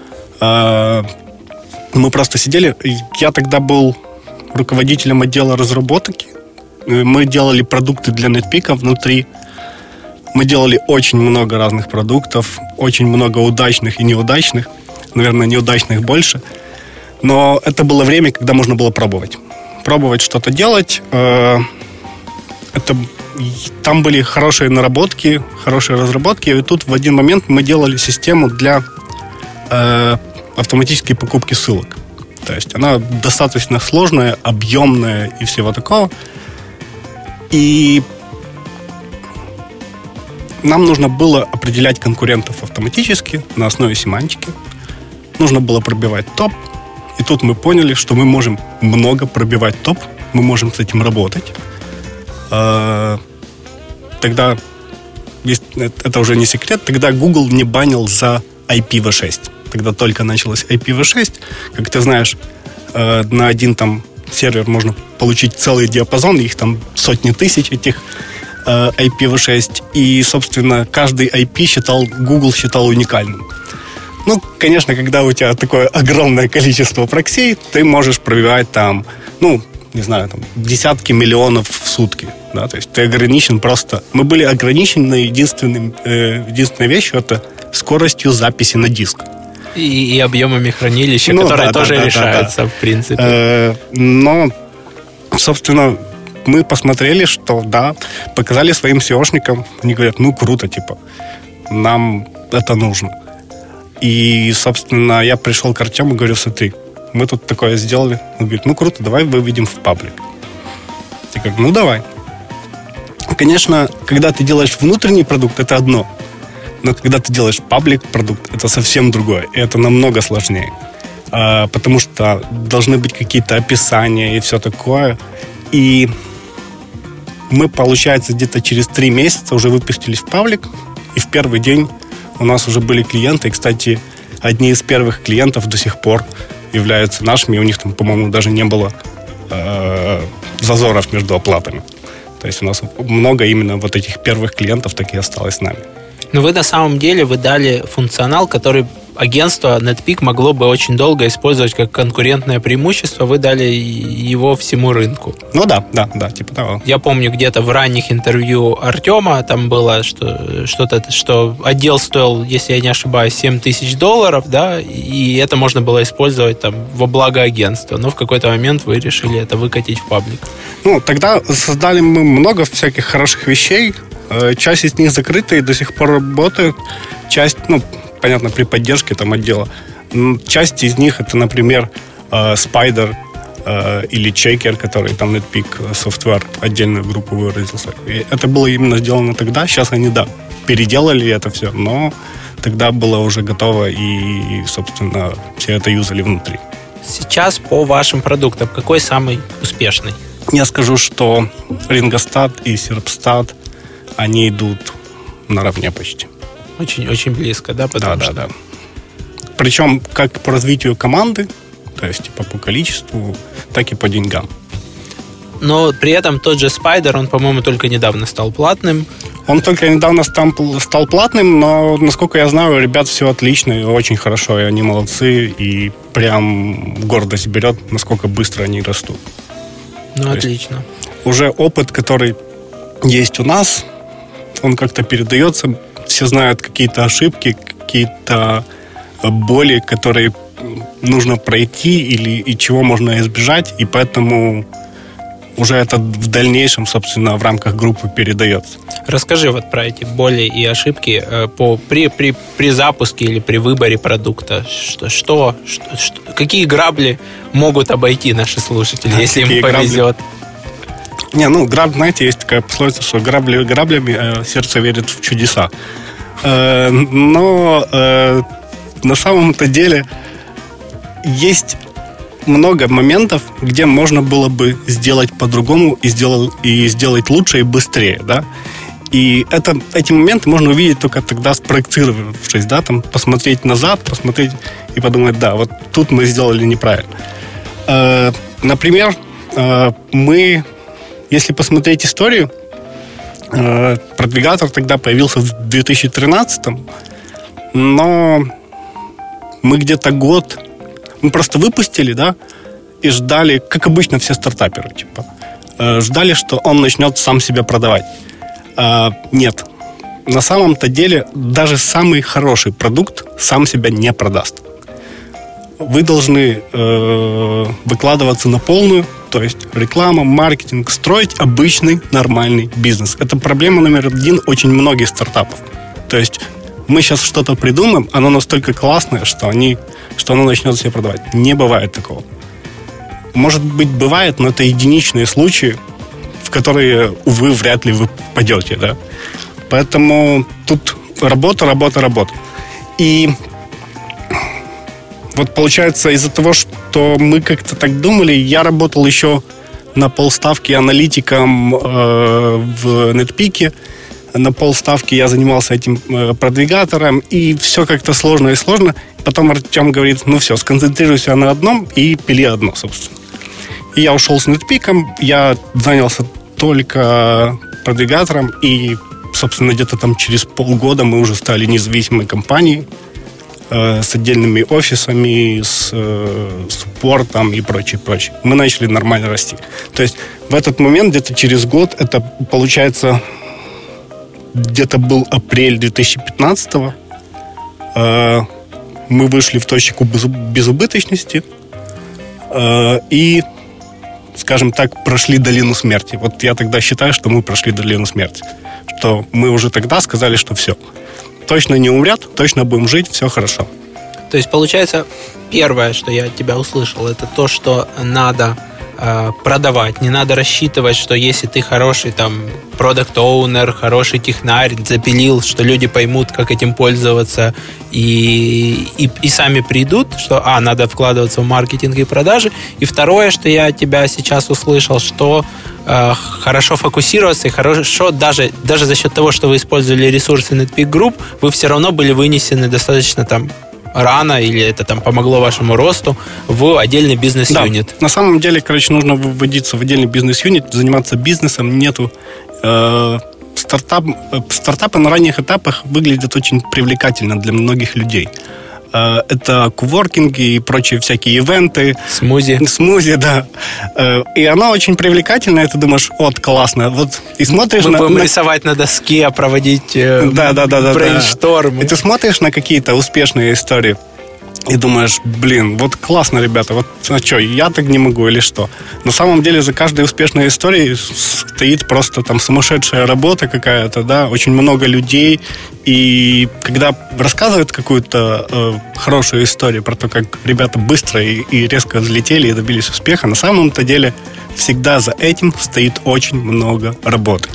Мы просто сидели, я тогда был руководителем отдела разработки. Мы делали продукты для Netpeak внутри. Мы делали очень много разных продуктов, очень много удачных и неудачных. Наверное, неудачных больше. Но это было время, когда можно было пробовать. Пробовать что-то делать. Это, там были хорошие наработки, хорошие разработки. И тут в один момент мы делали систему для э, автоматической покупки ссылок. То есть она достаточно сложная, объемная и всего такого. И нам нужно было определять конкурентов автоматически на основе семантики. Нужно было пробивать топ. И тут мы поняли, что мы можем много пробивать топ. Мы можем с этим работать. Тогда, это уже не секрет, тогда Google не банил за ай пи ви шесть. Тогда только началось ай пи ви шесть. Как ты знаешь, на один там сервер можно получить целый диапазон, их там сотни тысяч этих э, ай пи ви шесть, и, собственно, каждый ай пи считал, Google считал уникальным. Ну, конечно, когда у тебя такое огромное количество проксей, ты можешь пробивать там, ну, не знаю, там, десятки миллионов в сутки. Да? То есть ты ограничен просто... Мы были ограничены единственным, э, единственной вещью, это скоростью записи на диск. И, и объемами хранилища, ну, которые да, тоже да, решаются, да, да. в принципе. Э, но, собственно, мы посмотрели, что, да, показали своим сеошникам, они говорят, ну, круто, типа, нам это нужно. И, собственно, я пришел к Артему и говорю, смотри, мы тут такое сделали. Он говорит, ну, круто, давай выведем в паблик. Я говорю, ну, давай. Конечно, когда ты делаешь внутренний продукт, это одно. Но когда ты делаешь паблик-продукт, это совсем другое. И это намного сложнее. А, потому что должны быть какие-то описания и все такое. И мы, получается, где-то через три месяца уже выпустились в паблик. И в первый день у нас уже были клиенты. И, кстати, одни из первых клиентов до сих пор являются нашими. И у них там, по-моему, даже не было э, зазоров между оплатами. То есть у нас много именно вот этих первых клиентов так и осталось с нами. Но вы на самом деле вы дали функционал, который агентство NetPeak могло бы очень долго использовать как конкурентное преимущество. Вы дали его всему рынку. Ну да, да, да, типа того. Я помню где-то в ранних интервью Артема там было что, что-то, что отдел стоил, если я не ошибаюсь, семь тысяч долларов, да, и это можно было использовать там во благо агентства. Но в какой-то момент вы решили это выкатить в паблик. Ну, тогда создали мы много всяких хороших вещей. Часть из них закрыта и до сих пор работают. Часть, ну, понятно, при поддержке там отдела. Часть из них это, например, Spider или Checker, который там NetPeak Software отдельную группу выразился. И это было именно сделано тогда. Сейчас они, да, переделали это все, но тогда было уже готово и, собственно, все это юзали внутри. Сейчас по вашим продуктам какой самый успешный? Я скажу, что Ringostat и Serpstat они идут наравне почти. Очень-очень близко, да? Да, да, что... да. Причем как по развитию команды, то есть типа по количеству, так и по деньгам. Но при этом тот же Spider, он, по-моему, только недавно стал платным. Он только недавно стал, стал платным, но, насколько я знаю, у ребят все отлично и очень хорошо, и они молодцы, и прям гордость берет, насколько быстро они растут. Ну, то отлично. Уже опыт, который есть у нас, он как-то передается. Все знают какие-то ошибки, какие-то боли, которые нужно пройти или и чего можно избежать, и поэтому уже это в дальнейшем, собственно, в рамках группы передается. Расскажи вот про эти боли и ошибки по, при, при, при запуске или при выборе продукта. Что, что, что, что, какие грабли могут обойти наши слушатели, если им повезет? Грабли? Не, ну, граб, знаете, есть такая пословица, что грабли граблями, э, сердце верит в чудеса. Э, но э, на самом-то деле есть много моментов, где можно было бы сделать по-другому и, сделал, и сделать лучше и быстрее, да. И это, эти моменты можно увидеть только тогда, спроектировавшись, да, там, посмотреть назад, посмотреть и подумать, да, вот тут мы сделали неправильно. Э, например, э, мы... Если посмотреть историю, продвигатор тогда появился в две тысячи тринадцатом, но мы где-то год, мы просто выпустили, да, и ждали, как обычно все стартаперы, типа, ждали, что он начнет сам себя продавать. Нет, на самом-то деле даже самый хороший продукт сам себя не продаст. Вы должны э, выкладываться на полную, то есть реклама, маркетинг, строить обычный нормальный бизнес. Это проблема номер один очень многих стартапов. То есть мы сейчас что-то придумаем, оно настолько классное, что, они, что оно начнет себя продавать. Не бывает такого. Может быть, бывает, но это единичные случаи, в которые, увы, вряд ли вы попадете. Да? Поэтому тут работа, работа, работа. И вот получается, из-за того, что мы как-то так думали, я работал еще на полставки аналитиком э, в NetPeak. На полставки я занимался этим э, продвигатором, и все как-то сложно и сложно. Потом Артем говорит, ну все, сконцентрируйся на одном и пили одно, собственно. И я ушел с NetPeak, я занялся только продвигатором, и, собственно, где-то там через полгода мы уже стали независимой компанией. э, с отдельными офисами, с э, суппортом и прочее, прочее. Мы начали нормально расти. То есть в этот момент, где-то через год, это получается, где-то был апрель две тысячи пятнадцатого, э, мы вышли в точку без, безубыточности э, и, скажем так, прошли долину смерти. Вот я тогда считаю, что мы прошли долину смерти. Что мы уже тогда сказали, что все. Точно не умрят, точно будем жить, все хорошо. То есть, получается, первое, что я от тебя услышал, это то, что надо э, продавать. Не надо рассчитывать, что если ты хороший там продакт-оунер, хороший технарь, запилил, что люди поймут, как этим пользоваться и, и, и сами придут, что, а, надо вкладываться в маркетинг и продажи. И второе, что я от тебя сейчас услышал, что э, хорошо фокусироваться и хорошо, даже, даже за счет того, что вы использовали ресурсы NetPeak Group, вы все равно были вынесены достаточно там рано, или это там помогло вашему росту, в отдельный бизнес-юнит. Да. На самом деле, короче, нужно выводиться в отдельный бизнес-юнит, заниматься бизнесом. Нету э, стартап, э, стартапы на ранних этапах выглядят очень привлекательно для многих людей. Э, это коворкинги и прочие всякие ивенты. Смузи. Смузи, да. Э, и оно очень привлекательное, и ты думаешь, вот, классно. Вот, и смотришь Мы на... будем на... рисовать на доске, проводить э, да, да, да, да, брейнштормы. Да. И ты смотришь на какие-то успешные истории и думаешь, блин, вот классно, ребята, вот а что, я так не могу или что? На самом деле за каждой успешной историей стоит просто там сумасшедшая работа какая-то, да, очень много людей, и когда рассказывают какую-то э, хорошую историю про то, как ребята быстро и, и резко взлетели и добились успеха, на самом-то деле всегда за этим стоит очень много работы.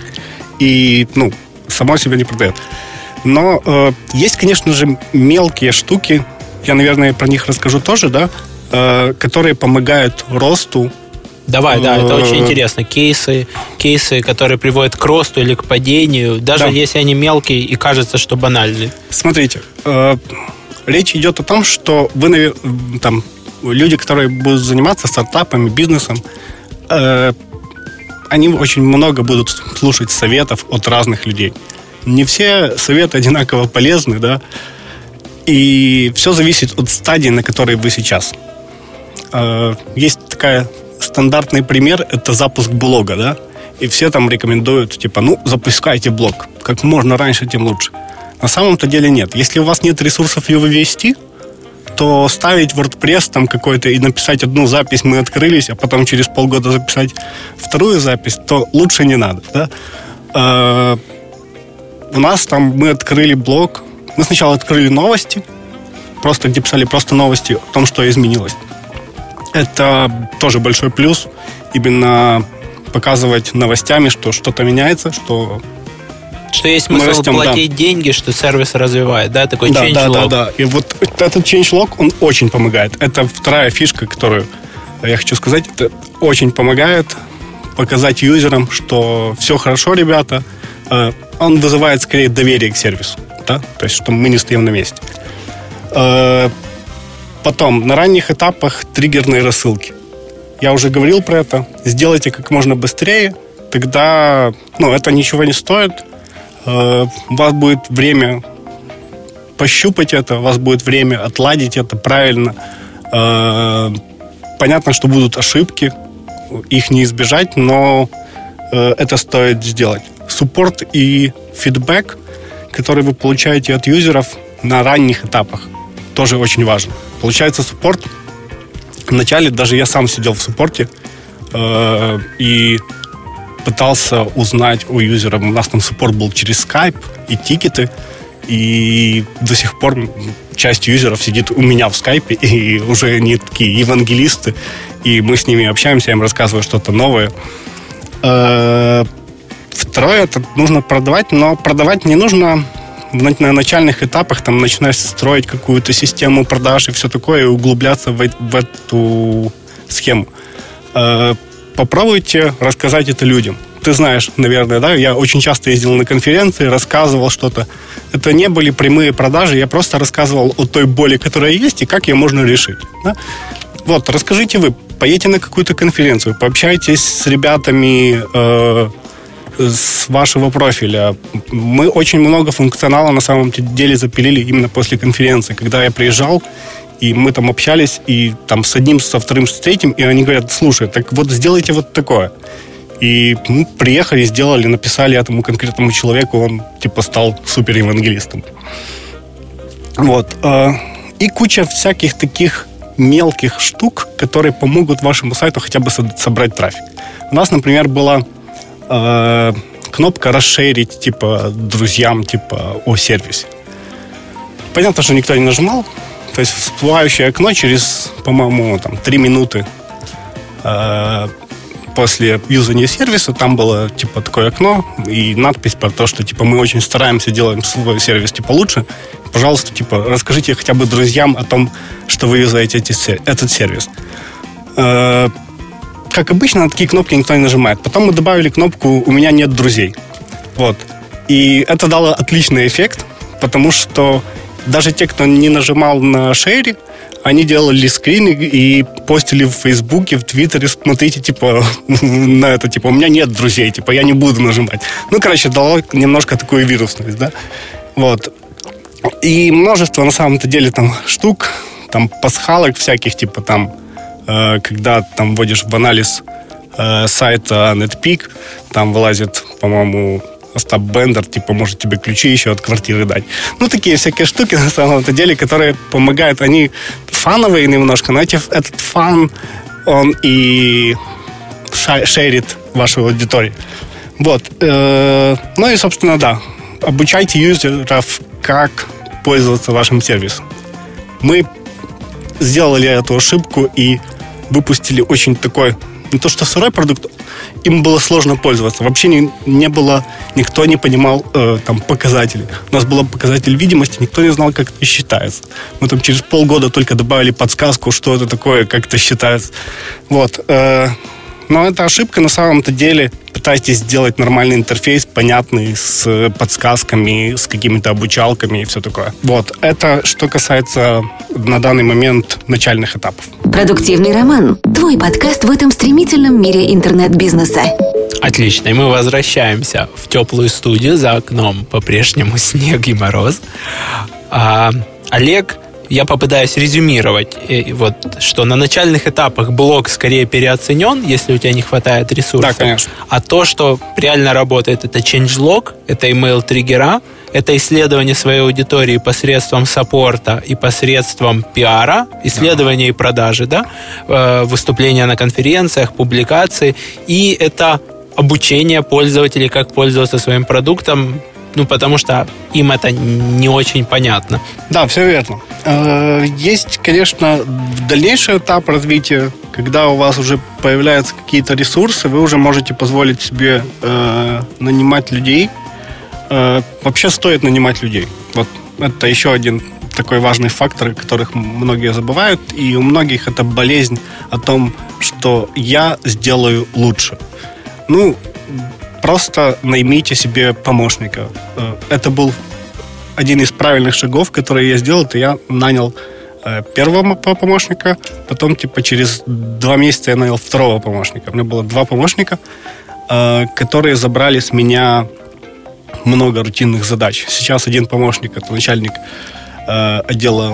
И, ну, само себя не продает. Но э, есть, конечно же, мелкие штуки, я, наверное, про них расскажу тоже, да, э, которые помогают росту. Давай, да, это очень интересно. Кейсы, кейсы, которые приводят к росту или к падению, даже да. если они мелкие и кажется, что банальные. Смотрите, э, речь идет о том, что вы, там, люди, которые будут заниматься стартапами, бизнесом, э, они очень много будут слушать советов от разных людей. Не все советы одинаково полезны, да, и все зависит от стадии, на которой вы сейчас. Есть такой стандартный пример, это запуск блога, да, и все там рекомендуют, типа, ну, запускайте блог, как можно раньше, тем лучше. На самом-то деле нет. Если у вас нет ресурсов его вести, то ставить WordPress там какой-то и написать одну запись, мы открылись, а потом через полгода записать вторую запись, то лучше не надо, да. У нас там мы открыли блог. Мы сначала открыли новости, просто где писали просто новости о том, что изменилось. Это тоже большой плюс, именно показывать новостями, что что-то меняется, что... Что есть смысл растем, платить да. деньги, что сервис развивает, да? Такой да, changelog. Да, да, да. И вот этот changelog, он очень помогает. Это вторая фишка, которую я хочу сказать. Это очень помогает показать юзерам, что все хорошо, ребята. Он вызывает скорее доверие к сервису. Да? То есть, что мы не стоим на месте. Потом, на ранних этапах триггерные рассылки. Я уже говорил про это. Сделайте как можно быстрее, тогда ну, это ничего не стоит. У вас будет время пощупать это, у вас будет время отладить это правильно. Понятно, что будут ошибки, их не избежать, но это стоит сделать. Суппорт и фидбэк, который вы получаете от юзеров на ранних этапах, тоже очень важно. Получается, суппорт. Вначале даже я сам сидел в суппорте э, и пытался узнать у юзера. У нас там суппорт был через скайп и тикеты. И до сих пор часть юзеров сидит у меня в скайпе, и уже они такие евангелисты. И мы с ними общаемся, я им рассказываю что-то новое. Э, второе, это нужно продавать, но продавать не нужно на, на начальных этапах, там, начинать строить какую-то систему продаж и все такое, и углубляться в, в эту схему. Э, попробуйте рассказать это людям. Ты знаешь, наверное, да, я очень часто ездил на конференции, рассказывал что-то. Это не были прямые продажи, я просто рассказывал о той боли, которая есть, и как ее можно решить. Да? Вот, расскажите вы, поедете на какую-то конференцию, пообщайтесь с ребятами, э, с вашего профиля. Мы очень много функционала на самом деле запилили именно после конференции, когда я приезжал, и мы там общались, и там с одним, со вторым, с третьим, и они говорят: слушай, так вот сделайте вот такое. И мы приехали, сделали, написали этому конкретному человеку, он типа стал суперевангелистом. Вот. И куча всяких таких мелких штук, которые помогут вашему сайту хотя бы собрать трафик. У нас, например, была э, кнопка расширить типа друзьям типа о сервисе. Понятно, что никто не нажимал. То есть всплывающее окно через, по-моему, там, три минуты э, после юзания сервиса, там было типа такое окно и надпись про то, что типа мы очень стараемся, делаем свой сервис типа лучше. Пожалуйста, типа расскажите хотя бы друзьям о том, что вы юзаете этот сервис. Э, как обычно, на такие кнопки никто не нажимает. Потом мы добавили кнопку «У меня нет друзей». Вот. И это дало отличный эффект, потому что даже те, кто не нажимал на шере, они делали скрины и постили в Фейсбуке, в Твиттере: смотрите, типа, на это, типа, у меня нет друзей, типа, я не буду нажимать. Ну, короче, дало немножко такую вирусность, да. Вот. И множество, на самом-то деле, там, штук, там, пасхалок всяких, типа, там, э, когда, там, вводишь в анализ э, сайта NetPeak, там вылазит, по-моему, Остап Бендер, типа, может тебе ключи еще от квартиры дать. Ну, такие всякие штуки, на самом-то деле, которые помогают. Они фановые немножко, но эти, этот фан, он и шерит вашу аудиторию. Вот. Ну и, собственно, да. Обучайте юзеров, как пользоваться вашим сервисом. Мы сделали эту ошибку и выпустили очень такой, не то что сырой продукт, им было сложно пользоваться. Вообще не, не было, никто не понимал э, там показателей. У нас был показатель видимости, никто не знал, как это считается. Мы там через полгода только добавили подсказку, что это такое, как это считается. Вот. Э, но это ошибка на самом-то деле. Пытайтесь сделать нормальный интерфейс, понятный, с подсказками, с какими-то обучалками и все такое. Вот. Это что касается на данный момент начальных этапов. Продуктивный роман. Твой подкаст в этом стремительном мире интернет-бизнеса. Отлично. И мы возвращаемся в теплую студию. За окном по-прежнему снег и мороз. А, Олег, я попытаюсь резюмировать, вот, что на начальных этапах блог скорее переоценен, если у тебя не хватает ресурсов. Да, конечно. А то, что реально работает, это changelog, это email-триггера, это исследование своей аудитории посредством саппорта и посредством пиара, исследования и продажи, да, выступления на конференциях, публикации, и это обучение пользователей, как пользоваться своим продуктом, ну, потому что им это не очень понятно. Да, все верно. Есть, конечно, дальнейший этап развития, когда у вас уже появляются какие-то ресурсы, вы уже можете позволить себе э, нанимать людей. Э, вообще стоит нанимать людей. Вот это еще один такой важный фактор, которых многие забывают, и у многих это болезнь о том, что я сделаю лучше. Ну, просто наймите себе помощника. Это был один из правильных шагов, которые я сделал. Это я нанял первого помощника, потом типа через два месяца я нанял второго помощника. У меня было два помощника, которые забрали с меня много рутинных задач. Сейчас один помощник — это начальник отдела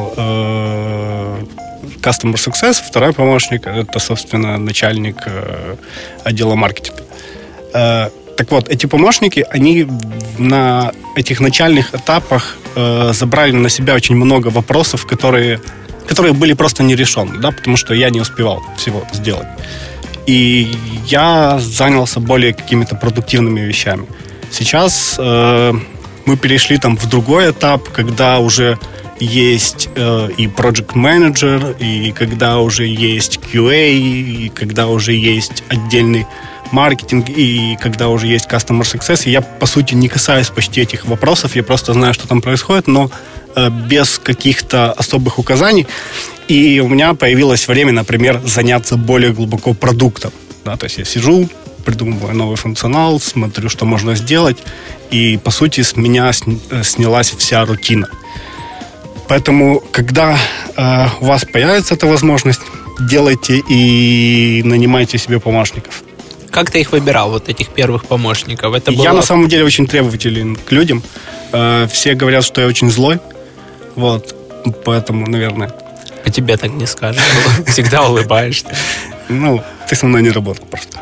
Customer Success, второй помощник — это, собственно, начальник отдела маркетинга. Так вот, эти помощники, они на этих начальных этапах э, забрали на себя очень много вопросов, которые, которые были просто не решены, да, потому что я не успевал всего сделать. И я занялся более какими-то продуктивными вещами. Сейчас э, мы перешли там в другой этап, когда уже есть э, и project manager, и когда уже есть кью эй, и когда уже есть отдельный маркетинг, и когда уже есть Customer Success. И я, по сути, не касаюсь почти этих вопросов, я просто знаю, что там происходит, но э, без каких-то особых указаний. И у меня появилось время, например, заняться более глубоко продуктом. Да, то есть я сижу, придумываю новый функционал, смотрю, что можно сделать, и, по сути, с меня снялась вся рутина. Поэтому, когда э, у вас появится эта возможность, делайте и нанимайте себе помощников. как ты их выбирал, вот этих первых помощников? Это было... Я на самом деле очень требователен к людям. Все говорят, что я очень злой. Вот, поэтому, наверное... По тебе так не скажешь. Всегда улыбаешься. Ну, ты со мной не работал просто.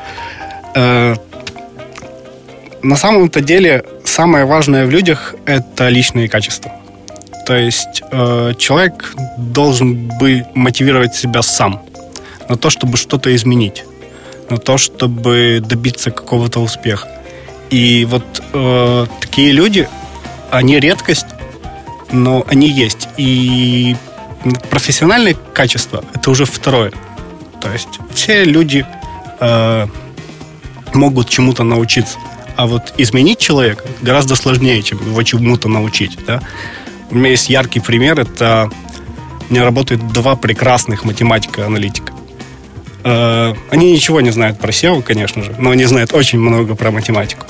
На самом-то деле, самое важное в людях – это личные качества. То есть человек должен бы мотивировать себя сам на то, чтобы что-то изменить, на то, чтобы добиться какого-то успеха. И вот э, такие люди, они редкость, но они есть. И профессиональные качества – это уже второе. То есть все люди э, могут чему-то научиться. А вот изменить человека гораздо сложнее, чем его чему-то научить. Да? У меня есть яркий пример. Это у меня работают два прекрасных математика-аналитика. Э, они ничего не знают про сео, конечно же, но они знают очень много про математику.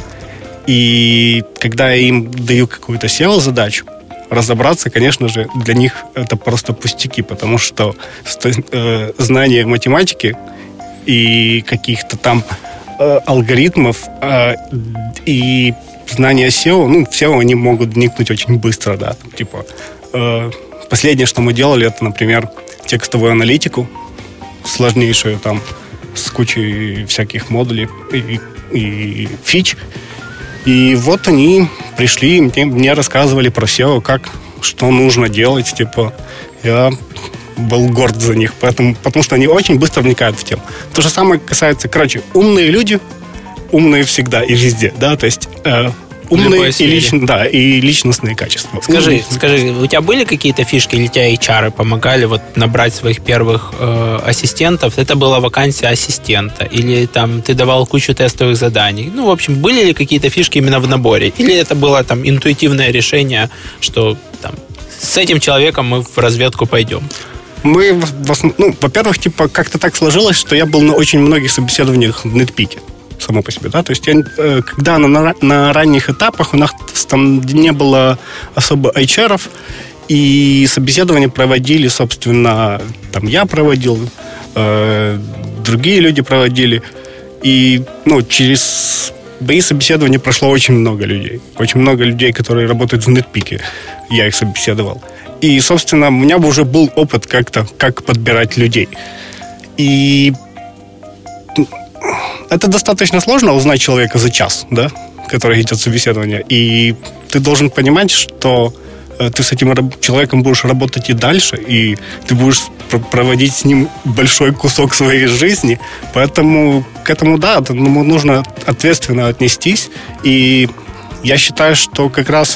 И когда я им даю какую-то сео-задачу, разобраться, конечно же, для них это просто пустяки, потому что э, знание математики и каких-то там э, алгоритмов э, и знание сео, ну, в сео они могут вникнуть очень быстро, да, там, типа, э, последнее, что мы делали, это, например, текстовую аналитику, сложнейшую, там, с кучей всяких модулей и, и фич. И вот они пришли, мне, мне рассказывали про сео, как, что нужно делать, типа, я был горд за них, поэтому, потому что они очень быстро вникают в тему. То же самое касается, короче, умные люди, умные всегда и везде, да, то есть э, умные и, лично, да, и личностные качества. Скажи, умные. скажи, у тебя были какие-то фишки, или тебе эйч ар помогали вот набрать своих первых э, ассистентов? Это была вакансия ассистента, или там ты давал кучу тестовых заданий? Ну, в общем, были ли какие-то фишки именно в наборе? Или это было там интуитивное решение, что там с этим человеком мы в разведку пойдем? Мы, ну, во-первых, типа, как-то так сложилось, что я был на очень многих собеседованиях в Нетпике. Само по себе, да, то есть я, когда на, на ранних этапах у нас там не было особо эйч ар-ов, и собеседования проводили, собственно, там я проводил, э, другие люди проводили, и, ну, через мои собеседования прошло очень много людей, очень много людей, которые работают в Нетпике, я их собеседовал, и, собственно, у меня уже был опыт как-то, как подбирать людей, и это достаточно сложно узнать человека за час, да, который идет собеседование. И ты должен понимать, что ты с этим человеком будешь работать и дальше, и ты будешь проводить с ним большой кусок своей жизни. Поэтому к этому, да, этому нужно ответственно отнестись. И я считаю, что как раз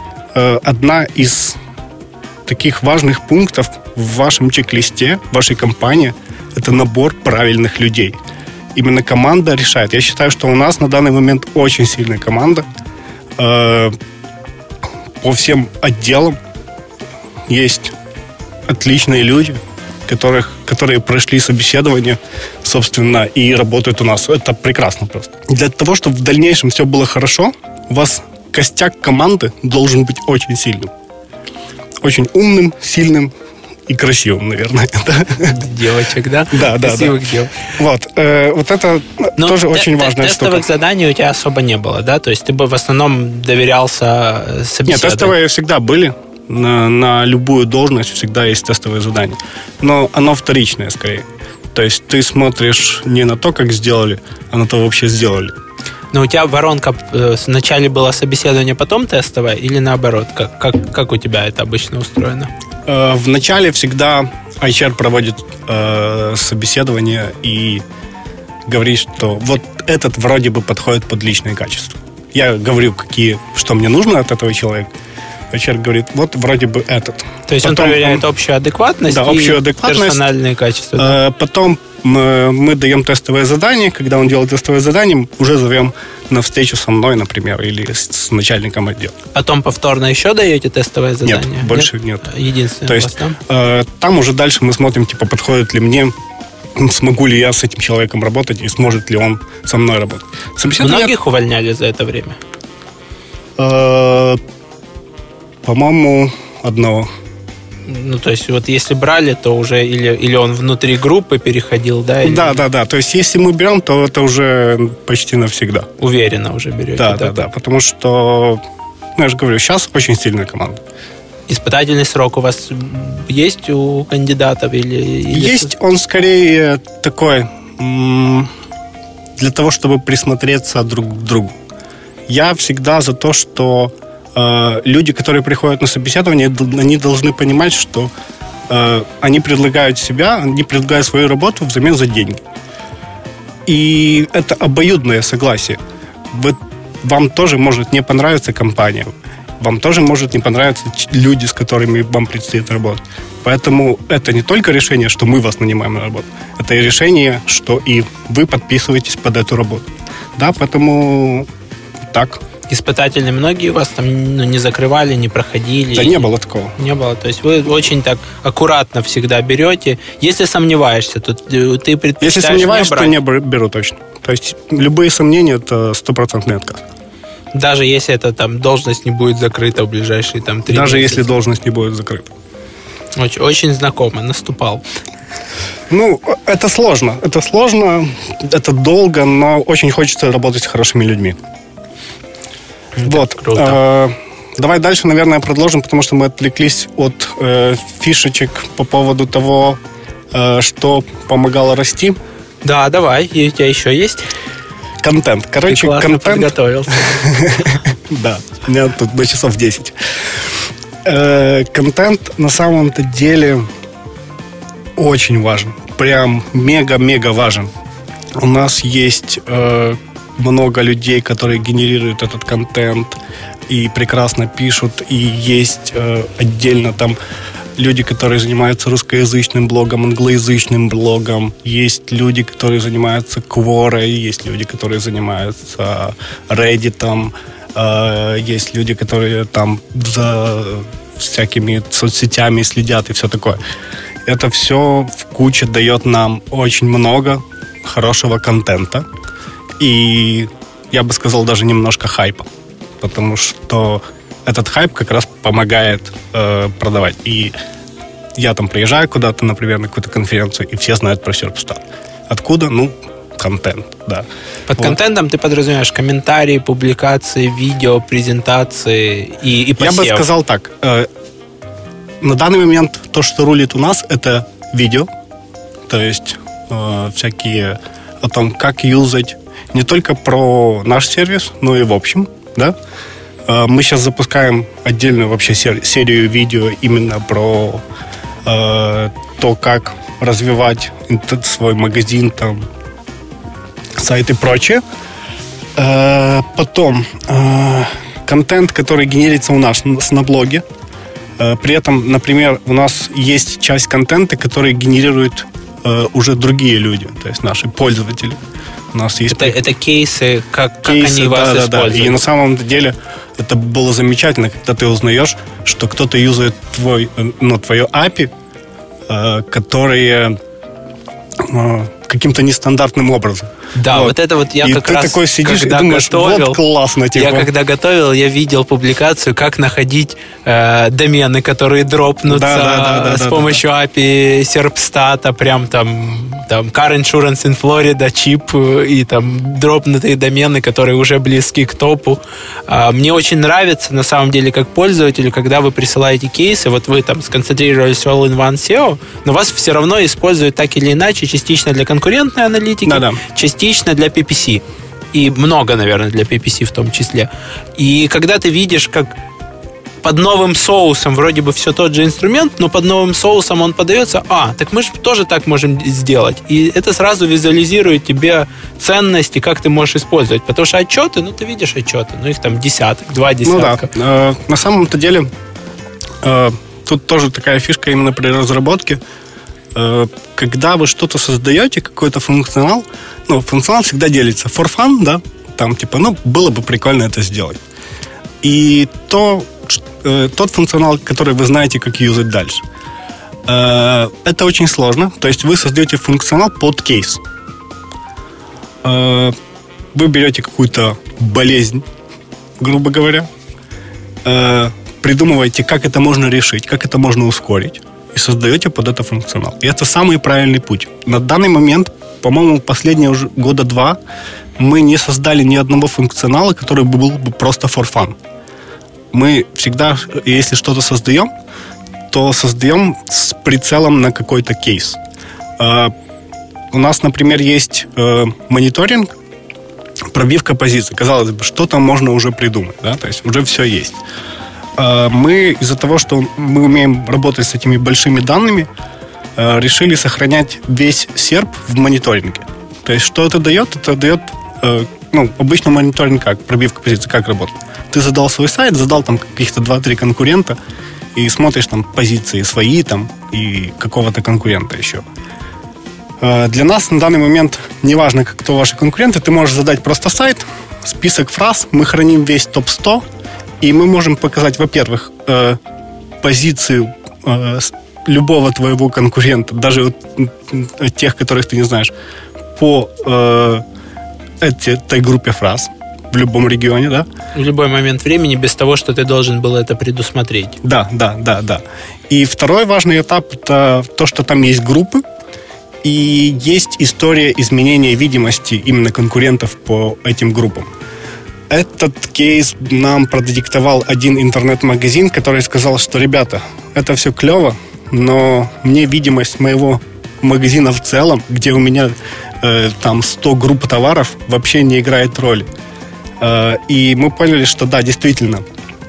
одна из таких важных пунктов в вашем чек-листе, в вашей компании, это набор правильных людей. Именно команда решает. Я считаю, что у нас на данный момент очень сильная команда. Э, по всем отделам есть отличные люди, которых, которые прошли собеседование, собственно, и работают у нас. Это прекрасно просто. Для того, чтобы в дальнейшем все было хорошо, у вас костяк команды должен быть очень сильным. Очень умным, сильным и красивым, наверное. Девочек, да? Да, да, красивых да. дел. Вот, э, вот это Но тоже т- очень т- важная тестовых штука. заданий у тебя особо не было, да? То есть ты бы в основном доверялся собеседованию? Нет, тестовые всегда были. На, на любую должность всегда есть тестовые задания. Но оно вторичное скорее. То есть ты смотришь не на то, как сделали, а на то, вообще сделали. Но у тебя воронка э, вначале было собеседование, потом тестовое, или наоборот? Как, как, как у тебя это обычно устроено? Э, вначале всегда эйч ар проводит э, собеседование и говорит, что вот этот вроде бы подходит под личные качества. Я говорю, какие, что мне нужно от этого человека. эйч ар говорит, вот вроде бы этот. То есть потом он проверяет он, общую адекватность, да, общую адекватность, персональные качества. Да? Э, потом мы, мы даем тестовое задание. Когда он делает тестовое задание, уже зовем на встречу со мной, например, или с, с начальником отдела. Потом повторно еще даете тестовое задание? Нет, больше нет. нет. Единственное. То есть там? Э, там уже дальше мы смотрим, типа, подходит ли мне, смогу ли я с этим человеком работать и сможет ли он со мной работать. Многих увольняли за это время? Э, по-моему, одного. Ну, то есть, вот если брали, то уже или, или он внутри группы переходил, да? Или... Да, да, да. То есть, если мы берем, то это уже почти навсегда. Уверенно уже берете. Да, да, да. да потому что, ну, я же говорю, сейчас очень сильная команда. Испытательный срок у вас есть у кандидатов? Или, или... Есть, он скорее такой, для того, чтобы присмотреться друг к другу. Я всегда за то, что э, люди, которые приходят на собеседование, они должны понимать, что э, они предлагают себя, они предлагают свою работу взамен за деньги. И это обоюдное согласие. Вы, вам тоже может не понравиться компания, вам тоже может не понравиться люди, с которыми вам предстоит работать. Поэтому это не только решение, что мы вас нанимаем на работу, это и решение, что и вы подписываетесь под эту работу. Да, поэтому... Так. Испытатели многие у вас там ну, не закрывали, не проходили? Да не было такого. Не было. То есть вы очень так аккуратно всегда берете. Если сомневаешься, то ты предпочитаешь Если сомневаешься, то не беру точно. То есть любые сомнения – это стопроцентный отказ. Даже если эта там должность не будет закрыта в ближайшие там три Даже месяца? если должность не будет закрыта. Очень, очень знакомо. Наступал. Ну, это сложно. Это сложно, это долго, но очень хочется работать с хорошими людьми. Это вот. Круто. Э, давай дальше, наверное, продолжим, потому что мы отвлеклись от э, фишечек по поводу того, э, что помогало расти. Да, давай. И у тебя еще есть? Контент. Короче, Ты классно контент... подготовился. Да, у меня тут до часов десять. Контент на самом-то деле очень важен. Прям мега-мега важен. У нас есть... много людей, которые генерируют этот контент и прекрасно пишут, и есть э, отдельно там люди, которые занимаются русскоязычным блогом, англоязычным блогом, есть люди, которые занимаются Quora, есть люди, которые занимаются Reddit, э, есть люди, которые там за всякими соцсетями следят и все такое. Это все в куче дает нам очень много хорошего контента. И я бы сказал, даже немножко хайпа. Потому что этот хайп как раз помогает э, продавать. И я там приезжаю куда-то, например, на какую-то конференцию, и все знают про Serpstat. Откуда? Ну, контент, да. Под вот. Контентом ты подразумеваешь комментарии, публикации, видео, презентации и, и посев. Я бы сказал так. Э, на данный момент то, что рулит у нас, это видео. То есть э, всякие о том, как юзать. Не только про наш сервис, но и в общем, да. Мы сейчас запускаем отдельную вообще серию видео именно про э, то, как развивать свой магазин, там, сайт и прочее. Э, потом э, контент, который генерится у нас на блоге. Э, при этом, например, у нас есть часть контента, который генерируют э, уже другие люди, то есть наши пользователи. У нас есть... Это, это кейсы, как, кейсы, как они вас да, используют. Да, да. И на самом деле это было замечательно, когда ты узнаешь, что кто-то юзает твой, ну, твое эй пи ай, которые каким-то нестандартным образом. Да, вот, вот это вот я и как ты раз, такой сидишь когда и думаешь, готовил, вот классно. Типа. Я когда готовил, я видел публикацию, как находить э, домены, которые дропнутся да, да, да, да, с да, помощью да. эй пи ай Serpstat, прям там, там Car Insurance in Florida, чип и там дропнутые домены, которые уже близки к топу. А, мне очень нравится, на самом деле, как пользователю, когда вы присылаете кейсы, вот вы там сконцентрировались all-in-one сео, но вас все равно используют так или иначе, частично для конкурентной аналитики, Да-да. частично для пи пи си. И много, наверное, для пи пи си в том числе. И когда ты видишь, как под новым соусом вроде бы все тот же инструмент, но под новым соусом он подается, а, так мы же тоже так можем сделать. И это сразу визуализирует тебе ценности, как ты можешь использовать. Потому что отчеты, ну, ты видишь отчеты, ну, их там десяток, два десятка. Ну да, э, на самом-то деле э, тут тоже такая фишка именно при разработке. Э, когда вы что-то создаете, какой-то функционал, ну, функционал всегда делится for fun, да, там типа, ну, было бы прикольно это сделать. И то, э, тот функционал, который вы знаете, как юзать дальше. Э, это очень сложно. То есть вы создаете функционал под кейс. Э, вы берете какую-то болезнь, грубо говоря, э, придумываете, как это можно решить, как это можно ускорить, и создаете под это функционал. И это самый правильный путь. На данный момент, по-моему, последние уже года два мы не создали ни одного функционала, который был бы просто for fun. Мы всегда, если что-то создаем, то создаем с прицелом на какой-то кейс. У нас, например, есть мониторинг, пробивка позиций. Казалось бы, что там можно уже придумать, да? То есть уже все есть. Мы из-за того, что мы умеем работать с этими большими данными, решили сохранять весь серп в мониторинге. То есть что это дает? Это дает, ну, обычно мониторинг как? Пробивка позиций как работает? Ты задал свой сайт, задал там каких-то два-три конкурента и смотришь там позиции свои там и какого-то конкурента еще. Для нас на данный момент не важно, кто ваши конкуренты, ты можешь задать просто сайт, список фраз, мы храним весь топ сто, и мы можем показать, во-первых, э, позицию э, любого твоего конкурента, даже вот, тех, которых ты не знаешь, по э, этой, этой группе фраз в любом регионе, да? В любой момент времени, без того, что ты должен был это предусмотреть. Да, да, да, да. И второй важный этап – это то, что там есть группы, и есть история изменения видимости именно конкурентов по этим группам. Этот кейс нам продиктовал один интернет-магазин, который сказал, что, ребята, это все клево, но мне видимость моего магазина в целом, где у меня э, там сто групп товаров, вообще не играет роли. Э, и мы поняли, что да, действительно.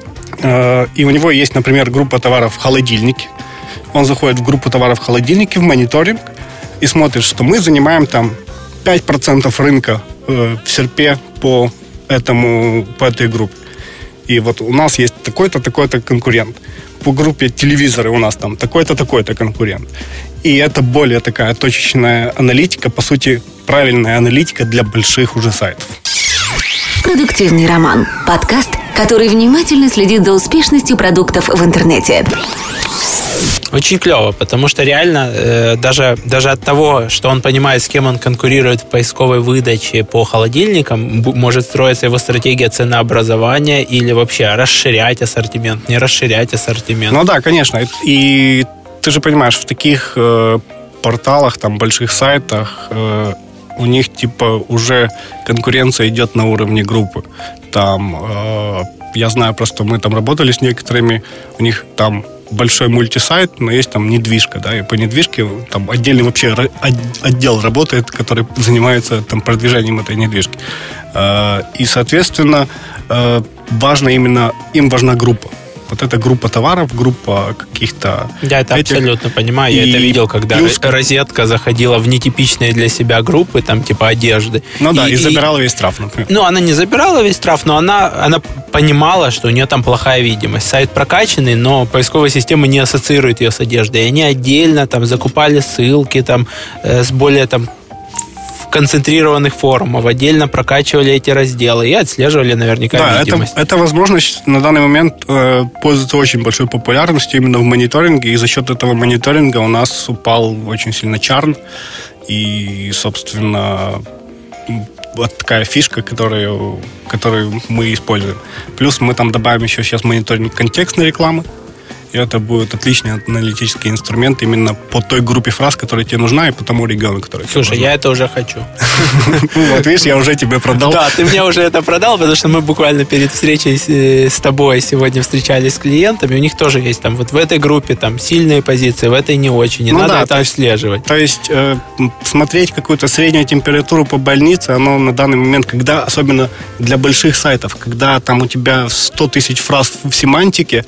Э, и у него есть, например, группа товаров в холодильнике. Он заходит в группу товаров в холодильнике, в мониторинг, и смотрит, что мы занимаем там пять процентов рынка э, в серпе по этому, по этой группе. И вот у нас есть такой-то, такой-то конкурент. По группе телевизоры у нас там такой-то, такой-то конкурент. И это более такая точечная аналитика, по сути, правильная аналитика для больших уже сайтов. Продуктивный роман. Подкаст, который внимательно следит за успешностью продуктов в интернете. Очень клево, потому что реально э, даже, даже от того, что он понимает, с кем он конкурирует в поисковой выдаче по холодильникам, б- может строиться его стратегия ценообразования или вообще расширять ассортимент, не расширять ассортимент. Ну да, конечно. И ты же понимаешь, в таких э, порталах, там, больших сайтах э, у них типа уже конкуренция идет на уровне группы. Там, э, я знаю, просто мы там работали с некоторыми, у них там большой мультисайт, но есть там недвижка, да, и по недвижке там отдельный вообще отдел работает, который занимается там продвижением этой недвижки. И, соответственно, важно именно, им важна группа. Вот эта группа товаров, группа каких-то... Я это этих... абсолютно понимаю. Я и это видел, когда плюс... розетка заходила в нетипичные для себя группы, там типа одежды. Ну да, и, и забирала весь траф, например. Ну, она не забирала весь траф, но она, она понимала, что у нее там плохая видимость. Сайт прокачанный, но поисковая система не ассоциирует ее с одеждой. И они отдельно там закупали ссылки там, э, с более там концентрированных форумов, отдельно прокачивали эти разделы и отслеживали наверняка да, видимость. Это, это возможность на данный момент э, пользуется очень большой популярностью именно в мониторинге, и за счет этого мониторинга у нас упал очень сильно чарн, и, собственно, вот такая фишка, которую, которую мы используем. Плюс мы там добавим еще сейчас мониторинг контекстной рекламы, и это будет отличный аналитический инструмент именно по той группе фраз, которая тебе нужна, и по тому региону, который тебе нужен. Слушай, я это уже хочу. Вот видишь, я уже тебе продал. Да, ты мне уже это продал, потому что мы буквально перед встречей с тобой сегодня встречались с клиентами, у них тоже есть там вот в этой группе там сильные позиции, в этой не очень, и надо это отслеживать. То есть смотреть какую-то среднюю температуру по больнице, оно на данный момент, когда, особенно для больших сайтов, когда там у тебя сто тысяч фраз в семантике,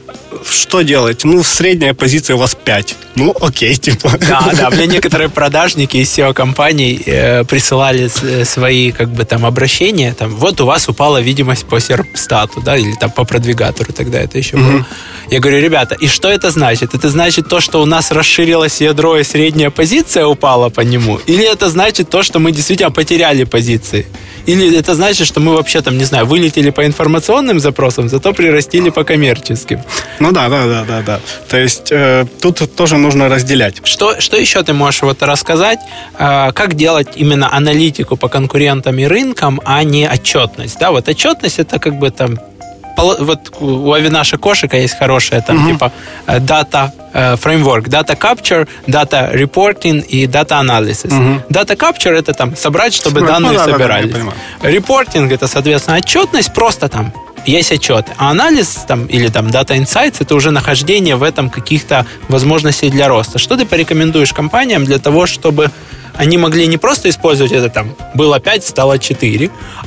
что делать? Ну, средняя позиция у вас пять. Ну, окей, типа. Да, да, мне некоторые продажники из сео-компаний э, присылали свои, как бы, там, обращения, там, вот у вас упала видимость по серпстату, да, или там по продвигатору, тогда это еще было. Mm-hmm. Я говорю, ребята, и что это значит? Это значит то, что у нас расширилось ядро и средняя позиция упала по нему? Или это значит то, что мы действительно потеряли позиции? Или это значит, что мы вообще там, не знаю, вылетели по информационным запросам, зато прирастили по коммерческим? Ну да, да, да, да, да. То есть э, тут тоже нужно разделять. Что, что еще ты можешь вот рассказать? Э, как делать именно аналитику по конкурентам и рынкам, а не отчетность? Да, вот отчетность это как бы там вот у Авинаша Кошика есть хорошая, там, угу. типа, data фреймворк, data capture, data reporting и data analysis. Угу. Data capture — это там собрать, чтобы Собрать. данные ну, да, собирались. Да, да, reporting — это, соответственно, отчетность, просто там есть отчет. А анализ там, или там data insights — это уже нахождение в этом каких-то возможностей для роста. Что ты порекомендуешь компаниям для того, чтобы они могли не просто использовать это там, было пять, стало четыре,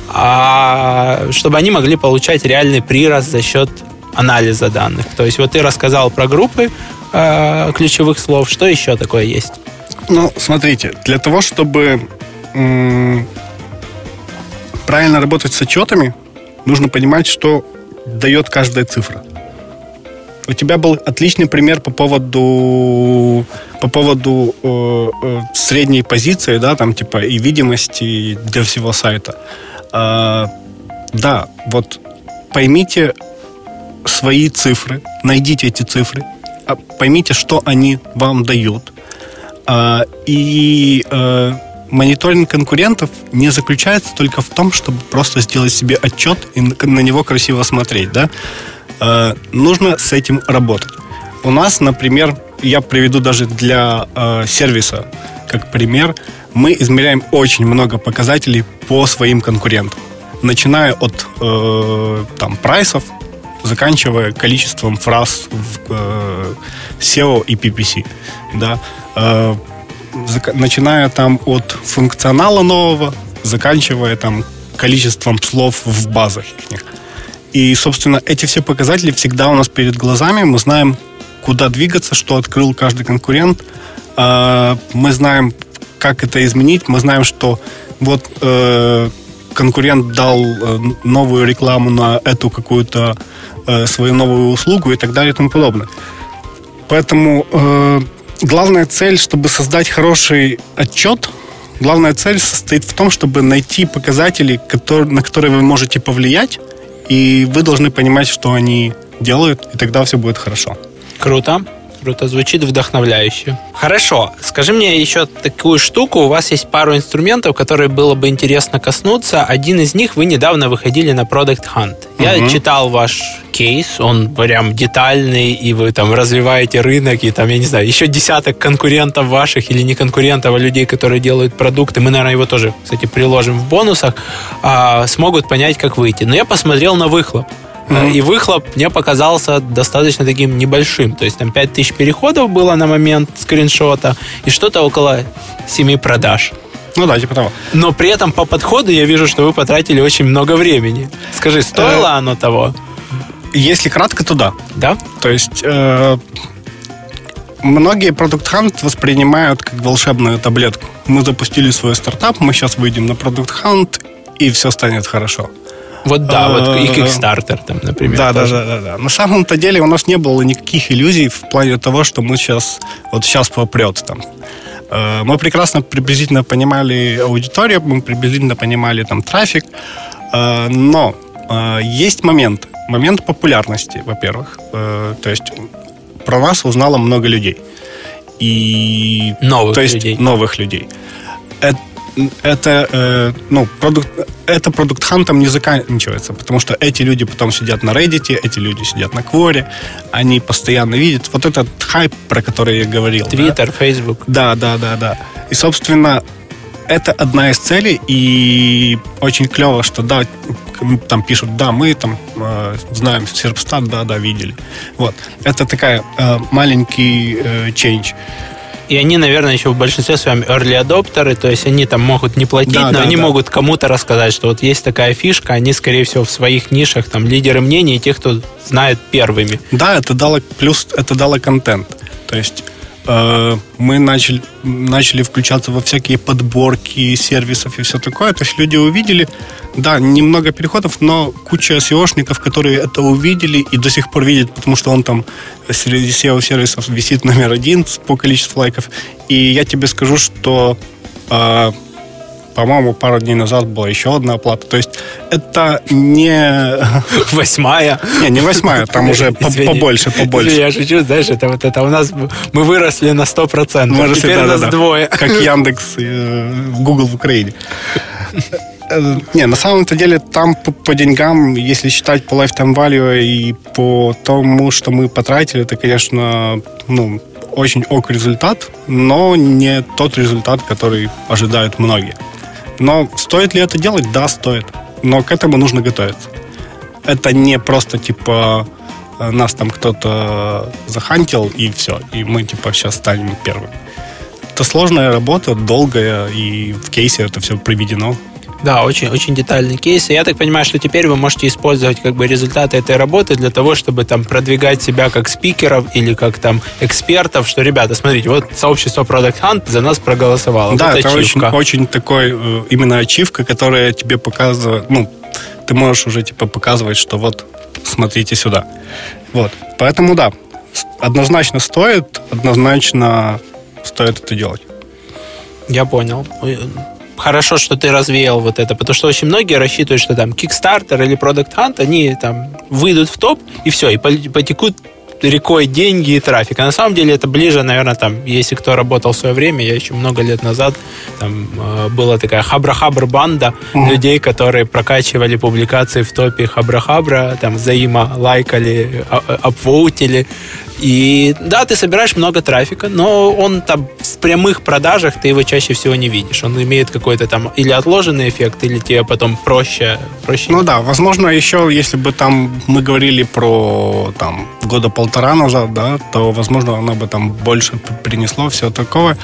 а чтобы они могли получать реальный прирост за счет анализа данных? То есть вот ты рассказал про группы э, ключевых слов. Что еще такое есть? Ну, смотрите, для того, чтобы м- правильно работать с отчетами, нужно понимать, что дает каждая цифра. У тебя был отличный пример по поводу по поводу э, э, средней позиции, да, там типа и видимости для всего сайта. Э, да, вот поймите свои цифры, найдите эти цифры, поймите, что они вам дают. Э, и э, мониторинг конкурентов не заключается только в том, чтобы просто сделать себе отчет и на него красиво смотреть, да. Э, нужно с этим работать. У нас, например, я приведу даже для э, сервиса как пример, мы измеряем очень много показателей по своим конкурентам, начиная от э, там прайсов, заканчивая количеством фраз в э, сео и пи пи си, да, э, зак- начиная там от функционала нового, заканчивая там количеством слов в базах их. И, собственно, эти все показатели всегда у нас перед глазами. Мы знаем, куда двигаться, что открыл каждый конкурент. Мы знаем, как это изменить. Мы знаем, что вот конкурент дал новую рекламу на эту какую-то свою новую услугу и так далее и тому подобное. Поэтому главная цель, чтобы создать хороший отчет, главная цель состоит в том, чтобы найти показатели, которые, на которые вы можете повлиять, и вы должны понимать, что они делают, и тогда все будет хорошо. Круто. Круто, звучит вдохновляюще. Хорошо, скажи мне еще такую штуку. У вас есть пару инструментов, которые было бы интересно коснуться. Один из них, вы недавно выходили на Product Hunt. Я угу. читал ваш кейс, он прям детальный, и вы там развиваете рынок, и там, я не знаю, еще десяток конкурентов ваших, или не конкурентов, а людей, которые делают продукты, мы, наверное, его тоже, кстати, приложим в бонусах, а, смогут понять, как выйти. Но я посмотрел на выхлоп. Mm-hmm. И выхлоп мне показался достаточно таким небольшим. То есть там пять тысяч переходов было на момент скриншота и что-то около семи продаж. Ну да, типа того. Но при этом по подходу я вижу, что вы потратили очень много времени. Скажи, стоило оно того? Если кратко, то да. Да? То есть э, многие Product Hunt воспринимают как волшебную таблетку. Мы запустили свой стартап, мы сейчас выйдем на Product Hunt, и все станет хорошо. Вот да, вот и Kickstarter там, например. Да, да, да, да, да. На самом-то деле у нас не было никаких иллюзий в плане того, что мы сейчас, вот сейчас попрет там. Мы прекрасно приблизительно понимали аудиторию, мы приблизительно понимали там трафик, но есть момент, момент популярности, во-первых. То есть про нас узнало много людей. И, новых то есть, людей. Новых людей. Это Это, э, ну, продукт, это продукт-хантом не заканчивается, потому что эти люди потом сидят на Reddit, эти люди сидят на Quora, они постоянно видят вот этот хайп, про который я говорил. Twitter, да? Facebook. Да, да, да, да. И, собственно, это одна из целей, и очень клево, что, да, там пишут, да, мы там э, знаем Серпстат, да, да, видели. Вот. Это такая э, маленький э, change. И они, наверное, еще в большинстве своем early adopterы, то есть они там могут не платить, да, но да, они да. могут кому-то рассказать, что вот есть такая фишка, они, скорее всего, в своих нишах там лидеры мнений, те, кто знает первыми. Да, это дало плюс, это дало контент. То есть э, мы начали, начали включаться во всякие подборки сервисов и все такое. То есть люди увидели, да, немного переходов, но куча сеошников, которые это увидели и до сих пор видят, потому что он там среди сео-сервисов висит номер один по количеству лайков. И я тебе скажу, что, э, по-моему, пару дней назад была еще одна оплата. То есть это не... Восьмая. Не, не восьмая, там уже побольше, побольше. Я шучу, знаешь, это вот это у нас... Мы выросли на сто процентов. Выросли, теперь да, нас да, двое. Как Яндекс, Google в Украине. Не, на самом-то деле там по, по деньгам, если считать по lifetime value и по тому, что мы потратили, это, конечно, ну, очень ок результат, но не тот результат, который ожидают многие. Но стоит ли это делать? Да, стоит. Но к этому нужно готовиться. Это не просто, типа, нас там кто-то захантил, и все, и мы, типа, сейчас станем первыми. Это сложная работа, долгая, и в кейсе это все приведено. Да, очень, очень детальный кейс. И я так понимаю, что теперь вы можете использовать как бы результаты этой работы для того, чтобы там продвигать себя как спикеров или как там экспертов, что, ребята, смотрите, вот сообщество Product Hunt за нас проголосовало. Да, вот это очень, очень такой именно ачивка, которая тебе показывает, ну, ты можешь уже типа показывать, что вот, смотрите сюда. Вот. Поэтому да, однозначно стоит, однозначно стоит это делать. Я понял. Хорошо, что ты развеял вот это, потому что очень многие рассчитывают, что там Kickstarter или Product Hunt, они там выйдут в топ, и все, и потекут рекой деньги и трафик. А на самом деле это ближе, наверное, там, если кто работал в свое время, я еще много лет назад, там э, была такая хабра-хабр банда mm-hmm. людей, которые прокачивали публикации в топе хабра-хабра, там взаимо лайкали, апвоутили. И да, ты собираешь много трафика, но он там в прямых продажах ты его чаще всего не видишь. Он имеет какой-то там или отложенный эффект, или тебе потом проще. проще. Ну да, возможно, еще если бы там мы говорили про там года полтора назад, да, то, возможно, оно бы там больше принесло все такое.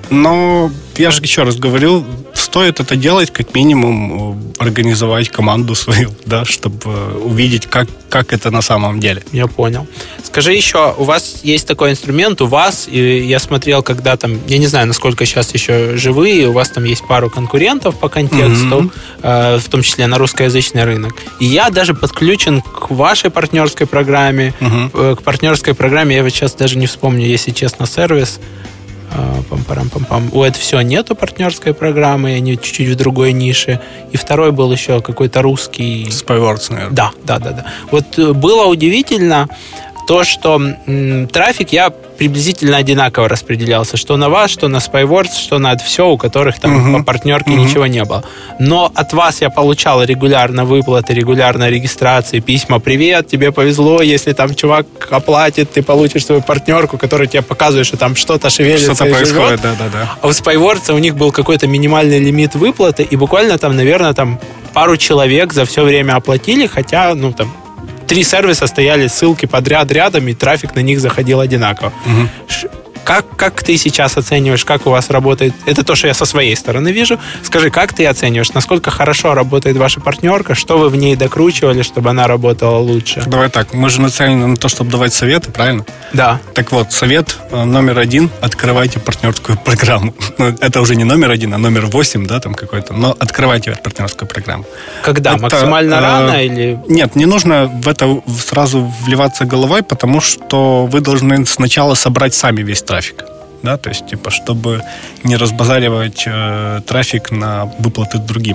Но я же еще раз говорю, стоит это делать, как минимум организовать команду свою, да, чтобы увидеть, как, как это на самом деле. Я понял. Скажи еще, у вас есть такой инструмент, у вас, и я смотрел, когда там, я не знаю, насколько сейчас еще живые, у вас там есть пару конкурентов по контексту, mm-hmm. э, в том числе на русскоязычный рынок. И я даже подключен к вашей партнерской программе, mm-hmm. э, к партнерской программе, я вот сейчас даже не вспомню, если честно, сервис. Пам-парам-пам-пам. У это все нету партнерской программы, они чуть-чуть в другой нише. И второй был еще какой-то русский... Spyworks, наверное. Да, да, да, да. Вот было удивительно то, что м, трафик я приблизительно одинаково распределялся. Что на вас, что на Spyworks, что на это все, у которых там uh-huh. по партнерке uh-huh. ничего не было. Но от вас я получал регулярно выплаты, регулярно регистрации, письма: привет, тебе повезло, если там чувак оплатит, ты получишь свою партнерку, которая тебе показывает, что там что-то шевелится. Что-то происходит, да, да, да. А у Spyworks у них был какой-то минимальный лимит выплаты, и буквально там, наверное, там пару человек за все время оплатили, хотя, ну, там, три сервиса стояли, ссылки подряд рядом, и трафик на них заходил одинаково. Угу. Как, как ты сейчас оцениваешь, как у вас работает? Это то, что я со своей стороны вижу. Скажи, как ты оцениваешь, насколько хорошо работает ваша партнерка, что вы в ней докручивали, чтобы она работала лучше? Давай так, мы же нацелены на то, чтобы давать советы, правильно? Да. Так вот, совет номер один – открывайте партнерскую программу. Ну, это уже не номер один, а номер восемь, да, там какой-то, но открывайте партнерскую программу. Когда? Это, максимально э, рано или… Нет, не нужно в это сразу вливаться головой, потому что вы должны сначала собрать сами весь трафик. Да, то есть, типа, чтобы не разбазаривать э, трафик на выплаты другим.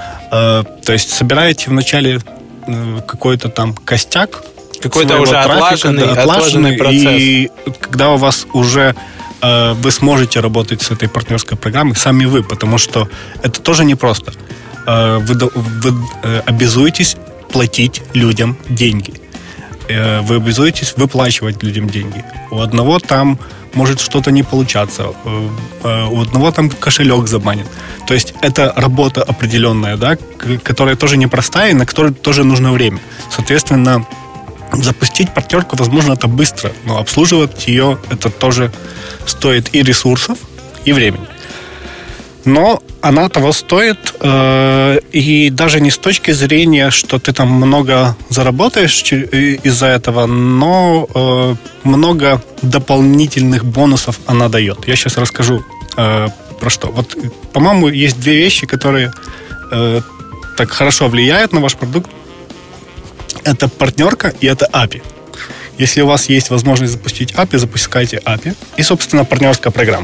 Э, то есть, собираете вначале э, какой-то там костяк, какой-то уже трафика, отлаженный, да, отлаженный, отлаженный процесс. И когда у вас уже э, вы сможете работать с этой партнерской программой, сами вы, потому что это тоже непросто. Э, вы вы э, обязуетесь платить людям деньги. Э, вы обязуетесь выплачивать людям деньги. У одного там может что-то не получаться, у одного там кошелек забанит. То есть это работа определенная, да, которая тоже непростая и на которую тоже нужно время. Соответственно, запустить партнерку, возможно, это быстро, но обслуживать ее это тоже стоит и ресурсов, и времени. Но она того стоит, э, и даже не с точки зрения, что ты там много заработаешь из-за этого, но э, много дополнительных бонусов она дает. Я сейчас расскажу э, про что. Вот, по-моему, есть две вещи, которые э, так хорошо влияют на ваш продукт. Это партнерка и это эй пи ай. Если у вас есть возможность запустить эй пи ай, запускайте эй пи ай. И, собственно, партнерская программа.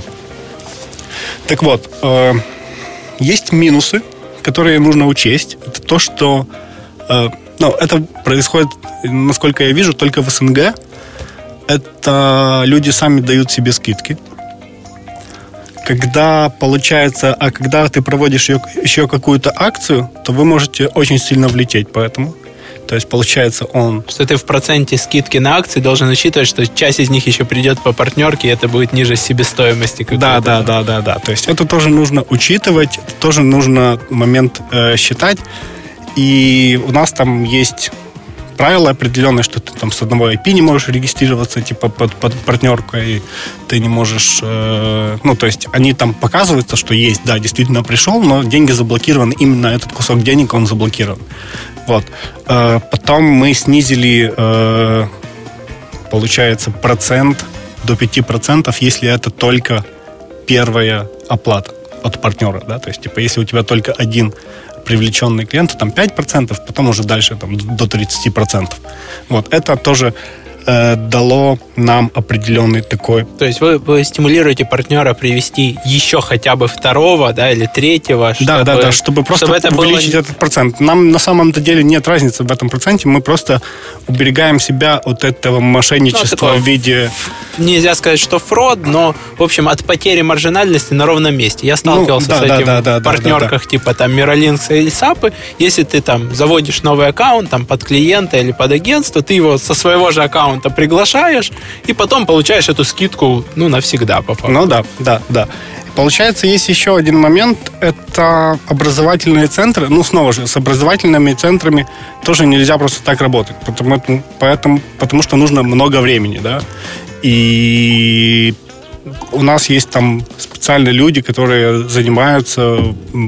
Так вот, э, есть минусы, которые нужно учесть. Это то, что э, ну, это происходит, насколько я вижу, только в СНГ. Это люди сами дают себе скидки. когда получается, а когда ты проводишь ее, еще какую-то акцию, то вы можете очень сильно влететь по этому. То есть, получается, он... Что ты в проценте скидки на акции должен учитывать, что часть из них еще придет по партнерке, и это будет ниже себестоимости. Да, да, да, да, да. То есть, это тоже нужно учитывать, тоже нужно момент э, считать. И у нас там есть правила определенные, что ты там с одного ай пи не можешь регистрироваться, типа, под, под партнерку, и ты не можешь... Э, ну, то есть, они там показываются, что есть, да, действительно пришел, но деньги заблокированы, именно этот кусок денег, он заблокирован. Вот. Потом мы снизили, получается, процент до пяти процентов, если это только первая оплата от партнера. Да? То есть, типа, если у тебя только один привлеченный клиент, то там пять процентов, потом уже дальше там, до тридцать процентов. Вот. Это тоже э, дало нам определенный такой... То есть вы, вы стимулируете партнера привести еще хотя бы второго, да, или третьего, чтобы, да, да, да, чтобы просто чтобы это увеличить было... этот процент. Нам на самом-то деле нет разницы в этом проценте, мы просто уберегаем себя от этого мошенничества ну, в виде... Нельзя сказать, что фрод, но, в общем, от потери маржинальности на ровном месте. Я сталкивался ну, да, с этим да, да, в партнерках, да, да, да. типа там Миралинкс или Сапы. Если ты там заводишь новый аккаунт там, под клиента или под агентство, ты его со своего же аккаунта приглашаешь, и потом получаешь эту скидку, ну, навсегда, по факту. Ну, да, да, да. Получается, есть еще один момент, это образовательные центры. Ну, снова же, с образовательными центрами тоже нельзя просто так работать, потому, поэтому, потому что нужно много времени, да. И у нас есть там специальные люди, которые занимаются,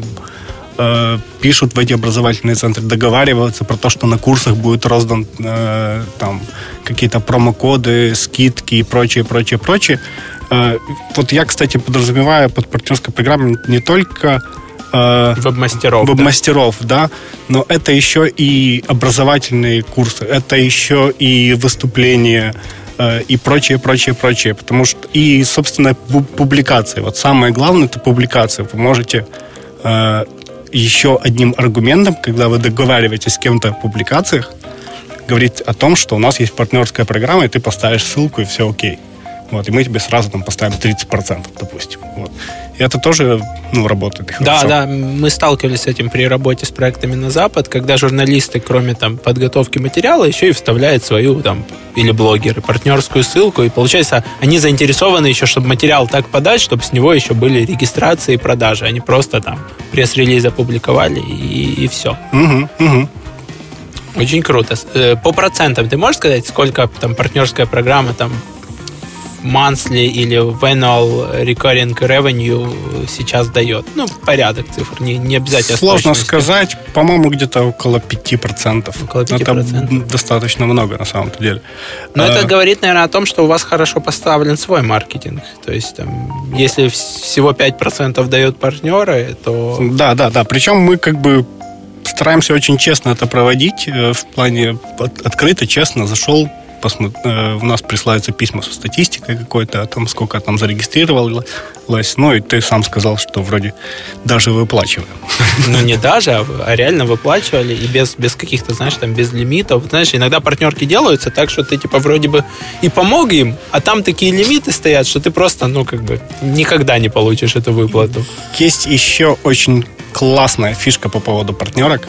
э, пишут в эти образовательные центры, договариваются про то, что на курсах будет роздан э, там какие-то промокоды, скидки и прочее, прочее, прочее. Э, вот я, кстати, подразумеваю под партнерской программой не только э, веб-мастеров, веб-мастеров, да? да, но это еще и образовательные курсы, это еще и выступления, и прочее, прочее, прочее. Потому что и, собственно, публикации. Вот самое главное – это публикация. Вы можете э, еще одним аргументом, когда вы договариваетесь с кем-то в публикациях, говорить о том, что у нас есть партнерская программа, и ты поставишь ссылку, и все окей. Вот, и мы тебе сразу там поставим тридцать процентов, допустим. Вот. И это тоже, ну, работает хорошо. Да, да, мы сталкивались с этим при работе с проектами на Запад, когда журналисты, кроме там подготовки материала, еще и вставляют свою там, или блогеры, партнерскую ссылку, и получается, они заинтересованы еще, чтобы материал так подать, чтобы с него еще были регистрации и продажи, они просто там пресс-релиз опубликовали, и, и все. Угу, угу. Очень круто. По процентам ты можешь сказать, сколько там партнерская программа там monthly или annual recurring revenue сейчас дает? Ну, порядок цифр, не, не обязательно. Сложно сказать, по-моему, где-то около пяти процентов. Около пяти процентов. Это достаточно много, на самом деле. Но а... это говорит, наверное, о том, что у вас хорошо поставлен свой маркетинг. То есть, там, если всего пять процентов дают партнеры, то... Да, да, да. Причем мы как бы стараемся очень честно это проводить, в плане открыто, честно, зашел, посмотри, у нас присылаются письма со статистикой какой-то, о том, сколько там зарегистрировалось. Ну, и ты сам сказал, что вроде даже выплачиваем. Ну, не даже, а реально выплачивали, и без, без каких-то, знаешь, там, без лимитов. Знаешь, иногда партнерки делаются так, что ты, типа, вроде бы и помог им, а там такие лимиты стоят, что ты просто, ну, как бы, никогда не получишь эту выплату. Есть еще очень классная фишка по поводу партнерок.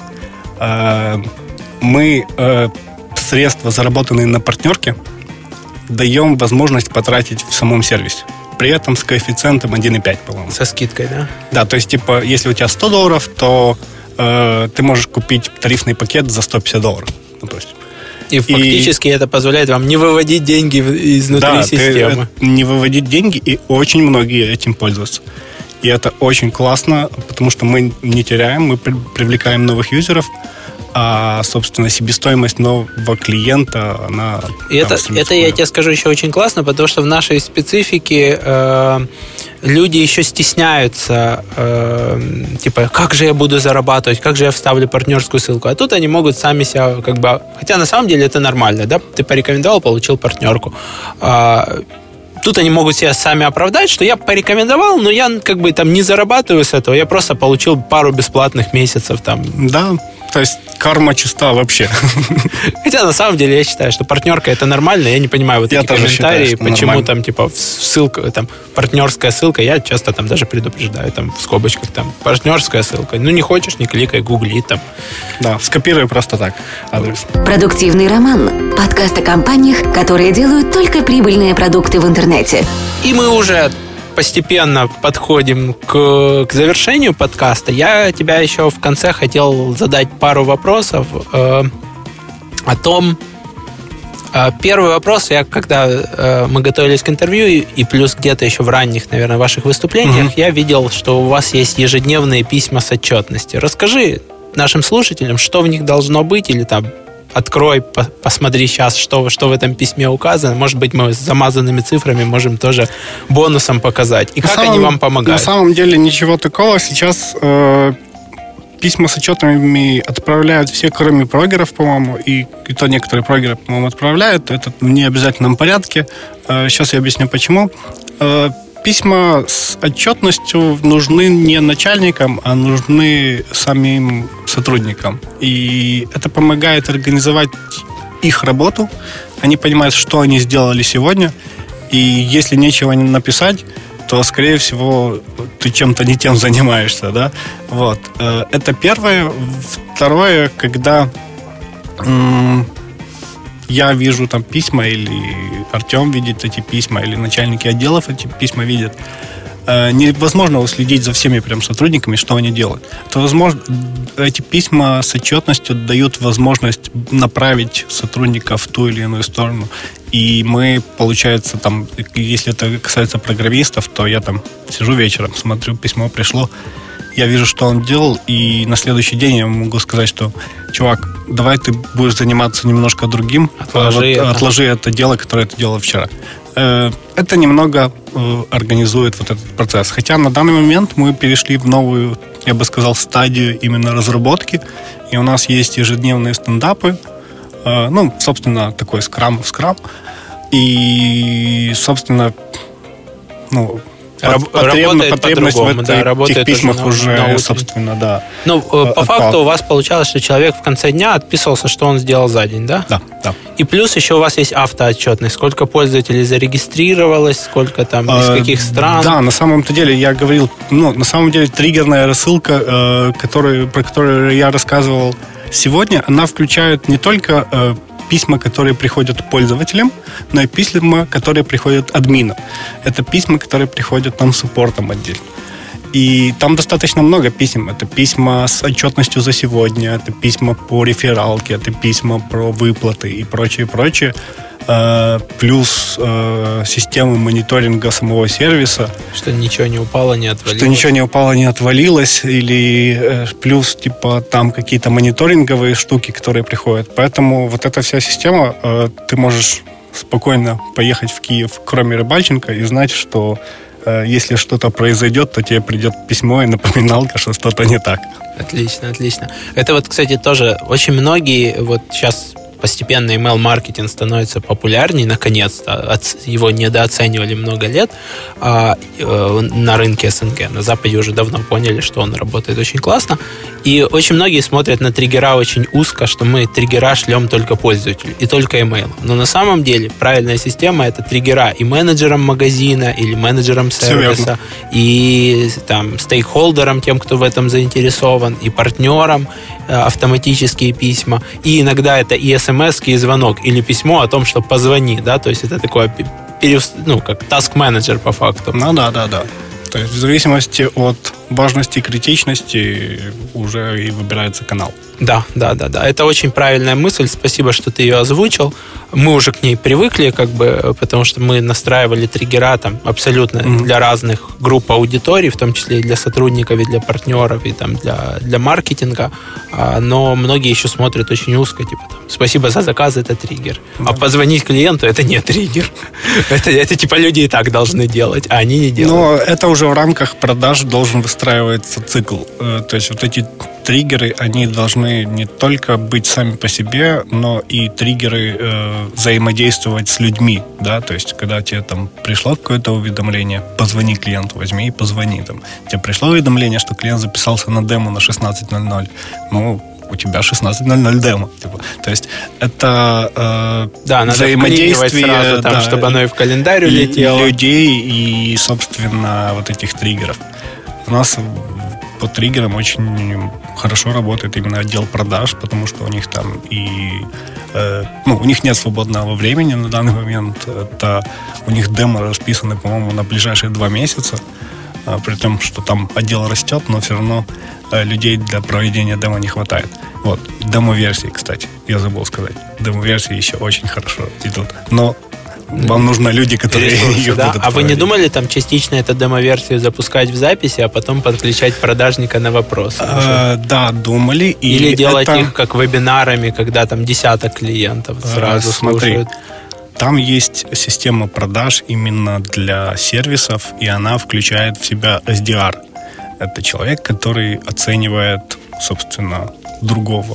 Мы средства, заработанные на партнерке, даем возможность потратить в самом сервисе. При этом с коэффициентом один и пять, по-моему. Со скидкой, да? Да, то есть, типа, если у тебя сто долларов, то э, ты можешь купить тарифный пакет за сто пятьдесят долларов. Ну, то есть, и фактически и... это позволяет вам не выводить деньги изнутри да, системы. Ты, не выводить деньги, и очень многие этим пользуются. И это очень классно, потому что мы не теряем, мы привлекаем новых юзеров, а, собственно, себестоимость нового клиента, она... И это, это я тебе скажу, еще очень классно, потому что в нашей специфике э, люди еще стесняются, э, типа, как же я буду зарабатывать, как же я вставлю партнерскую ссылку. А тут они могут сами себя, как бы... Хотя на самом деле это нормально, да? Ты порекомендовал, получил партнерку. А, тут они могут себя сами оправдать, что я порекомендовал, но я как бы там не зарабатываю с этого, я просто получил пару бесплатных месяцев там. Да. То есть карма чиста вообще. Хотя на самом деле я считаю, что партнерка это нормально. Я не понимаю вот я эти комментарии, считаю, почему нормально. Там типа ссылка, там партнерская ссылка. Я часто там даже предупреждаю, там в скобочках там партнерская ссылка. Ну не хочешь, не кликай, гугли там. Да, скопируй просто так адрес. Продуктивный роман. Подкаст о компаниях, которые делают только прибыльные продукты в интернете. И мы уже постепенно подходим к, к завершению подкаста. Я тебя еще в конце хотел задать пару вопросов э, о том. Э, первый вопрос, я когда э, мы готовились к интервью, и, и плюс где-то еще в ранних, наверное, ваших выступлениях, mm-hmm. я видел, что у вас есть ежедневные письма с отчетности. Расскажи нашим слушателям, что в них должно быть, или там открой, по- посмотри сейчас, что, что в этом письме указано. Может быть, мы с замазанными цифрами можем тоже бонусом показать. И на как самом, они вам помогают? На самом деле ничего такого. Сейчас э, письма с отчетами отправляют все, кроме прогеров, по-моему. И, и то некоторые прогеры, по-моему, отправляют. Это в необязательном порядке. Э, сейчас я объясню, почему. Э, Письма с отчетностью нужны не начальникам, а нужны самим сотрудникам. И это помогает организовать их работу. Они понимают, что они сделали сегодня. И если нечего написать, то, скорее всего, ты чем-то не тем занимаешься. Да? Вот. Это первое. Второе, когда я вижу там письма, или Артем видит эти письма, или начальники отделов эти письма видят, невозможно уследить за всеми прям сотрудниками, что они делают. То, возможно, эти письма с отчетностью дают возможность направить сотрудника в ту или иную сторону. И мы, получается, там, если это касается программистов, то я там сижу вечером, смотрю, письмо пришло, я вижу, что он делал, и на следующий день я могу сказать, что, чувак, давай ты будешь заниматься немножко другим, отложи, вот, это. отложи это дело, которое ты делал вчера. Это немного организует вот этот процесс. Хотя на данный момент мы перешли в новую, я бы сказал, стадию именно разработки, и у нас есть ежедневные стендапы, ну, собственно, такой скрам в скрам, и, собственно, ну, Раб- потребно, работает потребность в по-другому, этой, да, этих письмах на, уже, на собственно, да. Ну, по отпал. факту у вас получалось, что человек в конце дня отписывался, что он сделал за день, да? Да, да. И плюс еще у вас есть автоотчетность. Сколько пользователей зарегистрировалось, сколько там, из Э, каких стран? Да, на самом-то деле я говорил, ну, на самом деле триггерная рассылка, э, которую, про которую я рассказывал сегодня, она включает не только э, письма, которые приходят пользователям, но и письма, которые приходят админам. Это письма, которые приходят нам суппортом отдельно. И там достаточно много писем. Это письма с отчетностью за сегодня, это письма по рефералке, это письма про выплаты и прочее, прочее. Плюс э, системы мониторинга самого сервиса. Что ничего не упало, не отвалилось. Что ничего не упало, не отвалилось. Или э, плюс, типа, там какие-то мониторинговые штуки, которые приходят. Поэтому вот эта вся система, э, ты можешь спокойно поехать в Киев, кроме Рыбальченко, и знать, что э, если что-то произойдет, то тебе придет письмо и напоминалка, что что-то не так. Отлично, отлично. Это вот, кстати, тоже очень многие вот сейчас постепенно email-маркетинг становится популярнее, наконец-то. Его недооценивали много лет а, э, на рынке СНГ. На Западе уже давно поняли, что он работает очень классно. И очень многие смотрят на триггера очень узко, что мы триггера шлем только пользователю и только email. Но на самом деле правильная система — это триггера и менеджерам магазина, или менеджерам сервиса, и там стейкхолдерам, тем, кто в этом заинтересован, и партнерам, автоматические письма. И иногда это и смс-ки, и звонок, или письмо о том, что позвони, да, то есть это такое, ну, как task-менеджер по факту. Ну да, да, да. То есть в зависимости от важности и критичности уже и выбирается канал. Да, да, да, да. Это очень правильная мысль. Спасибо, что ты ее озвучил. Мы уже к ней привыкли, как бы, потому что мы настраивали триггера там абсолютно mm-hmm. для разных групп аудиторий, в том числе и для сотрудников, и для партнеров, и там для, для маркетинга. Но многие еще смотрят очень узко, типа там, спасибо за заказ, это триггер. Mm-hmm. А позвонить клиенту — это не триггер. это, это типа люди и так должны делать, а они не делают. Но это уже в рамках продаж должен выстраиваться цикл. То есть вот эти триггеры, они должны не только быть сами по себе, но и триггеры э, взаимодействовать с людьми, да, то есть когда тебе там пришло какое-то уведомление, позвони клиенту, возьми и позвони там. Тебе пришло уведомление, что клиент записался на демо на шестнадцать ноль ноль, ну, у тебя шестнадцать ноль ноль демо. Типа. То есть это э, да, надо взаимодействие сразу, там, да, чтобы оно и в календарь улетело. Людей и, собственно, вот этих триггеров. У нас по триггерам очень хорошо работает именно отдел продаж, потому что у них там и э, ну, у них нет свободного времени на данный момент. Это у них демо расписаны, по-моему, на ближайшие два месяца. Э, при том, что там отдел растет, но все равно э, людей для проведения демо не хватает. Вот. Демо-версии, кстати, я забыл сказать. Демо-версии еще очень хорошо идут. Но вам нужны люди, которые ресурсы, ее да? будут А вы проводить. не думали там частично эту демо-версию запускать в записи, а потом подключать продажника на вопросы? А, да, думали. И Или делать это... их как вебинарами, когда там десяток клиентов сразу а, смотри, слушают? Там есть система продаж именно для сервисов, и она включает в себя эс ди ар. Это человек, который оценивает, собственно, другого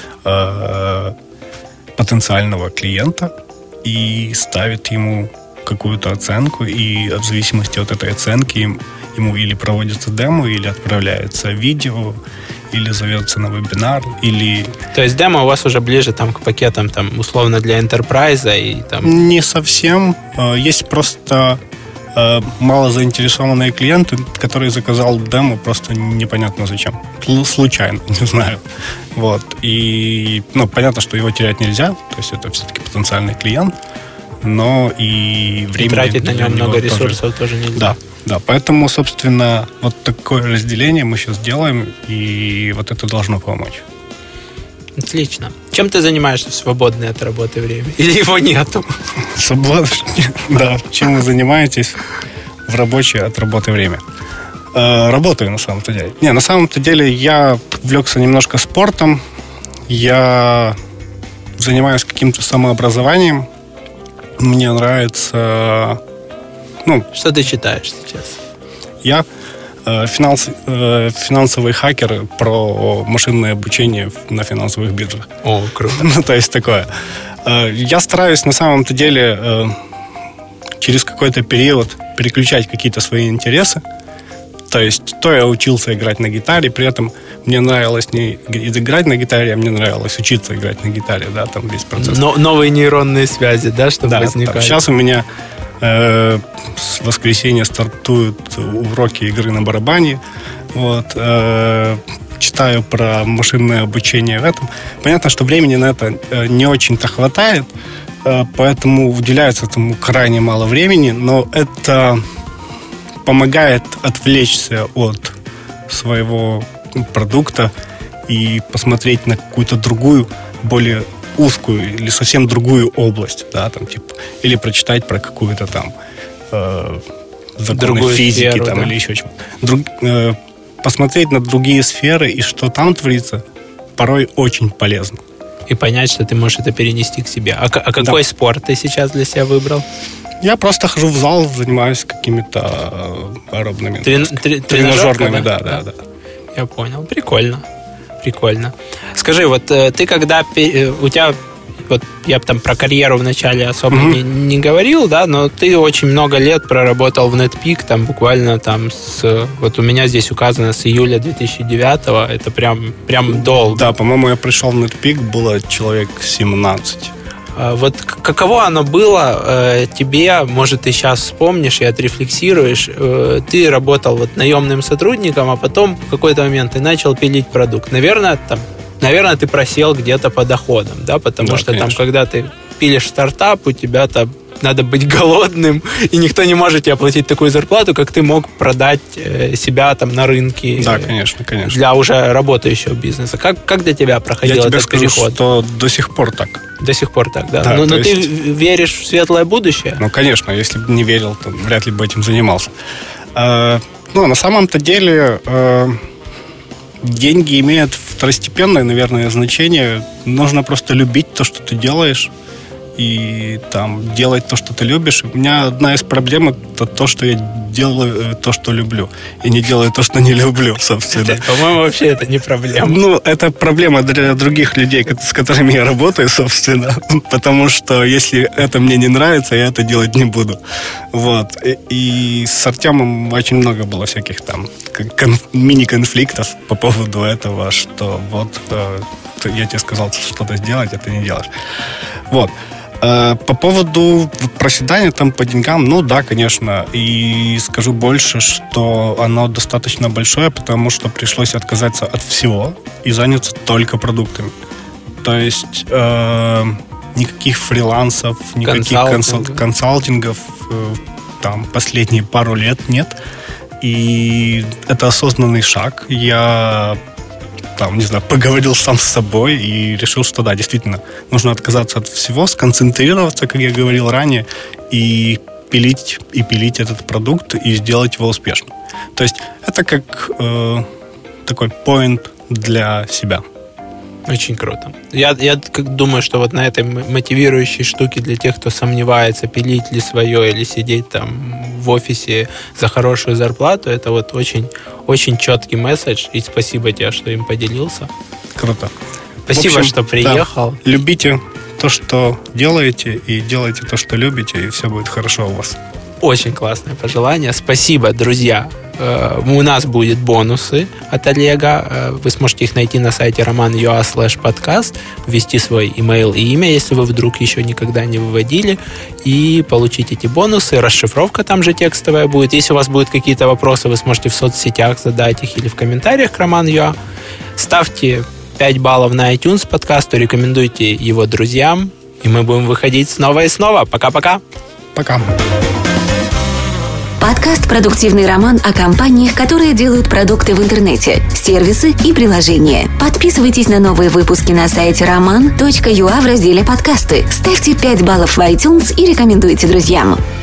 э, потенциального клиента и ставит ему какую-то оценку, и в зависимости от этой оценки ему или проводится демо, или отправляется видео, или зовется на вебинар, или... То есть демо у вас уже ближе там, к пакетам там, условно для enterprise и там... Не совсем. Есть просто мало заинтересованные клиенты, которые заказал демо просто непонятно зачем. Случайно, не знаю. Вот. И, ну, понятно, что его терять нельзя, то есть это все-таки потенциальный клиент, но и времени... И тратить на нем много ресурсов тоже, тоже нельзя. Да, да. Поэтому, собственно, вот такое разделение мы сейчас делаем, и вот это должно помочь. Отлично. Чем ты занимаешься в свободное от работы время? Или его нету? Свободное? Да. Чем вы занимаетесь в рабочее от работы время? Работаю на самом-то деле. Не, на самом-то деле я увлекся немножко спортом. Я занимаюсь каким-то самообразованием. Мне нравится... Ну, что ты читаешь сейчас? Я э, финанс, э, финансовый хакер про машинное обучение на финансовых биржах. О, круто. Ну, то есть такое. Э, я стараюсь на самом-то деле э, через какой-то период переключать какие-то свои интересы. То есть то я учился играть на гитаре, при этом мне нравилось не играть на гитаре, а мне нравилось учиться играть на гитаре, да, там весь процесс. Но, новые нейронные связи, да, чтобы да, возникали. Да. Сейчас у меня э, с воскресенья стартуют уроки игры на барабане, вот, э, читаю про машинное обучение в этом. Понятно, что времени на это не очень-то хватает, э, поэтому уделяется этому крайне мало времени, но это помогает отвлечься от своего продукта и посмотреть на какую-то другую, более узкую или совсем другую область, да, там, типа, или прочитать про какую-то там э, законы другую физики сферу, там, да? или еще чего-то. Друг, э, посмотреть на другие сферы и что там творится, порой очень полезно. И понять, что ты можешь это перенести к себе. А, а какой да. спорт ты сейчас для себя выбрал? Я просто хожу в зал, занимаюсь какими-то аэробными, Трен, трен, тренажерными, да, да, да, да. Я понял. Прикольно. Прикольно. Скажи, вот ты когда... У тебя... Вот я там про карьеру вначале особо mm-hmm. не, не говорил, да, но ты очень много лет проработал в NetPeak, там буквально там с... Вот у меня здесь указано с июля две тысячи девятого, это прям, прям долго. Да, по-моему, я пришел в NetPeak, было человек семнадцать. Вот каково оно было э, тебе, может, ты сейчас вспомнишь и отрефлексируешь, э, ты работал вот наемным сотрудником, а потом в какой-то момент ты начал пилить продукт. Наверное, там, наверное, ты просел где-то по доходам, да, потому да, что конечно. Там, когда ты пилишь стартап, у тебя там надо быть голодным, и никто не может тебе оплатить такую зарплату, как ты мог продать э, себя там на рынке. Да, конечно, конечно. Для уже работающего бизнеса. Как, как для тебя проходил Я этот тебе скажу, переход? Что до сих пор так. До сих пор так, да? да но но есть... ты веришь в светлое будущее? Ну, конечно. Если бы не верил, то вряд ли бы этим занимался. Э, ну, на самом-то деле э, деньги имеют второстепенное, наверное, значение. Нужно просто любить то, что ты делаешь, и там делать то, что ты любишь. У меня одна из проблем — это то, что я делаю то, что люблю, и не делаю то, что не люблю, собственно. Это, по-моему, вообще это не проблема. Ну, это проблема для других людей, с которыми я работаю, собственно, потому что если это мне не нравится, я это делать не буду. Вот. И с Артемом очень много было всяких там конф- мини-конфликтов по поводу этого, что вот я тебе сказал что-то сделать, а ты не делаешь. Вот. По поводу проседания там по деньгам, ну да, конечно. И скажу больше, что оно достаточно большое, потому что пришлось отказаться от всего и заняться только продуктами. То есть э, никаких фрилансов, никаких консалтингов, консалтингов э, там последние пару лет нет. И это осознанный шаг. Я там, не знаю, поговорил сам с собой и решил, что да, действительно, нужно отказаться от всего, сконцентрироваться, как я говорил ранее, и пилить, и пилить этот продукт, и сделать его успешным. То есть это как э, такой поинт для себя. Очень круто. Я, я думаю, что вот на этой мотивирующей штуке для тех, кто сомневается, пилить ли свое или сидеть там в офисе за хорошую зарплату, это вот очень, очень четкий месседж. И спасибо тебе, что им поделился. Круто. Спасибо, общем, что приехал. Да, любите то, что делаете, и делайте то, что любите, и все будет хорошо у вас. Очень классное пожелание. Спасибо, друзья. У нас будут бонусы от Олега. Вы сможете их найти на сайте roman.ua слэш подкаст, ввести свой имейл и имя, если вы вдруг еще никогда не выводили, и получить эти бонусы. Расшифровка там же текстовая будет. Если у вас будут какие-то вопросы, вы сможете в соцсетях задать их или в комментариях к roman.ua. Ставьте пять баллов на iTunes подкасту, рекомендуйте его друзьям, и мы будем выходить снова и снова. Пока-пока. Пока. Подкаст «Продуктивный роман» о компаниях, которые делают продукты в интернете, сервисы и приложения. Подписывайтесь на новые выпуски на сайте roman точка ua в разделе «Подкасты». Ставьте пять баллов в iTunes и рекомендуйте друзьям.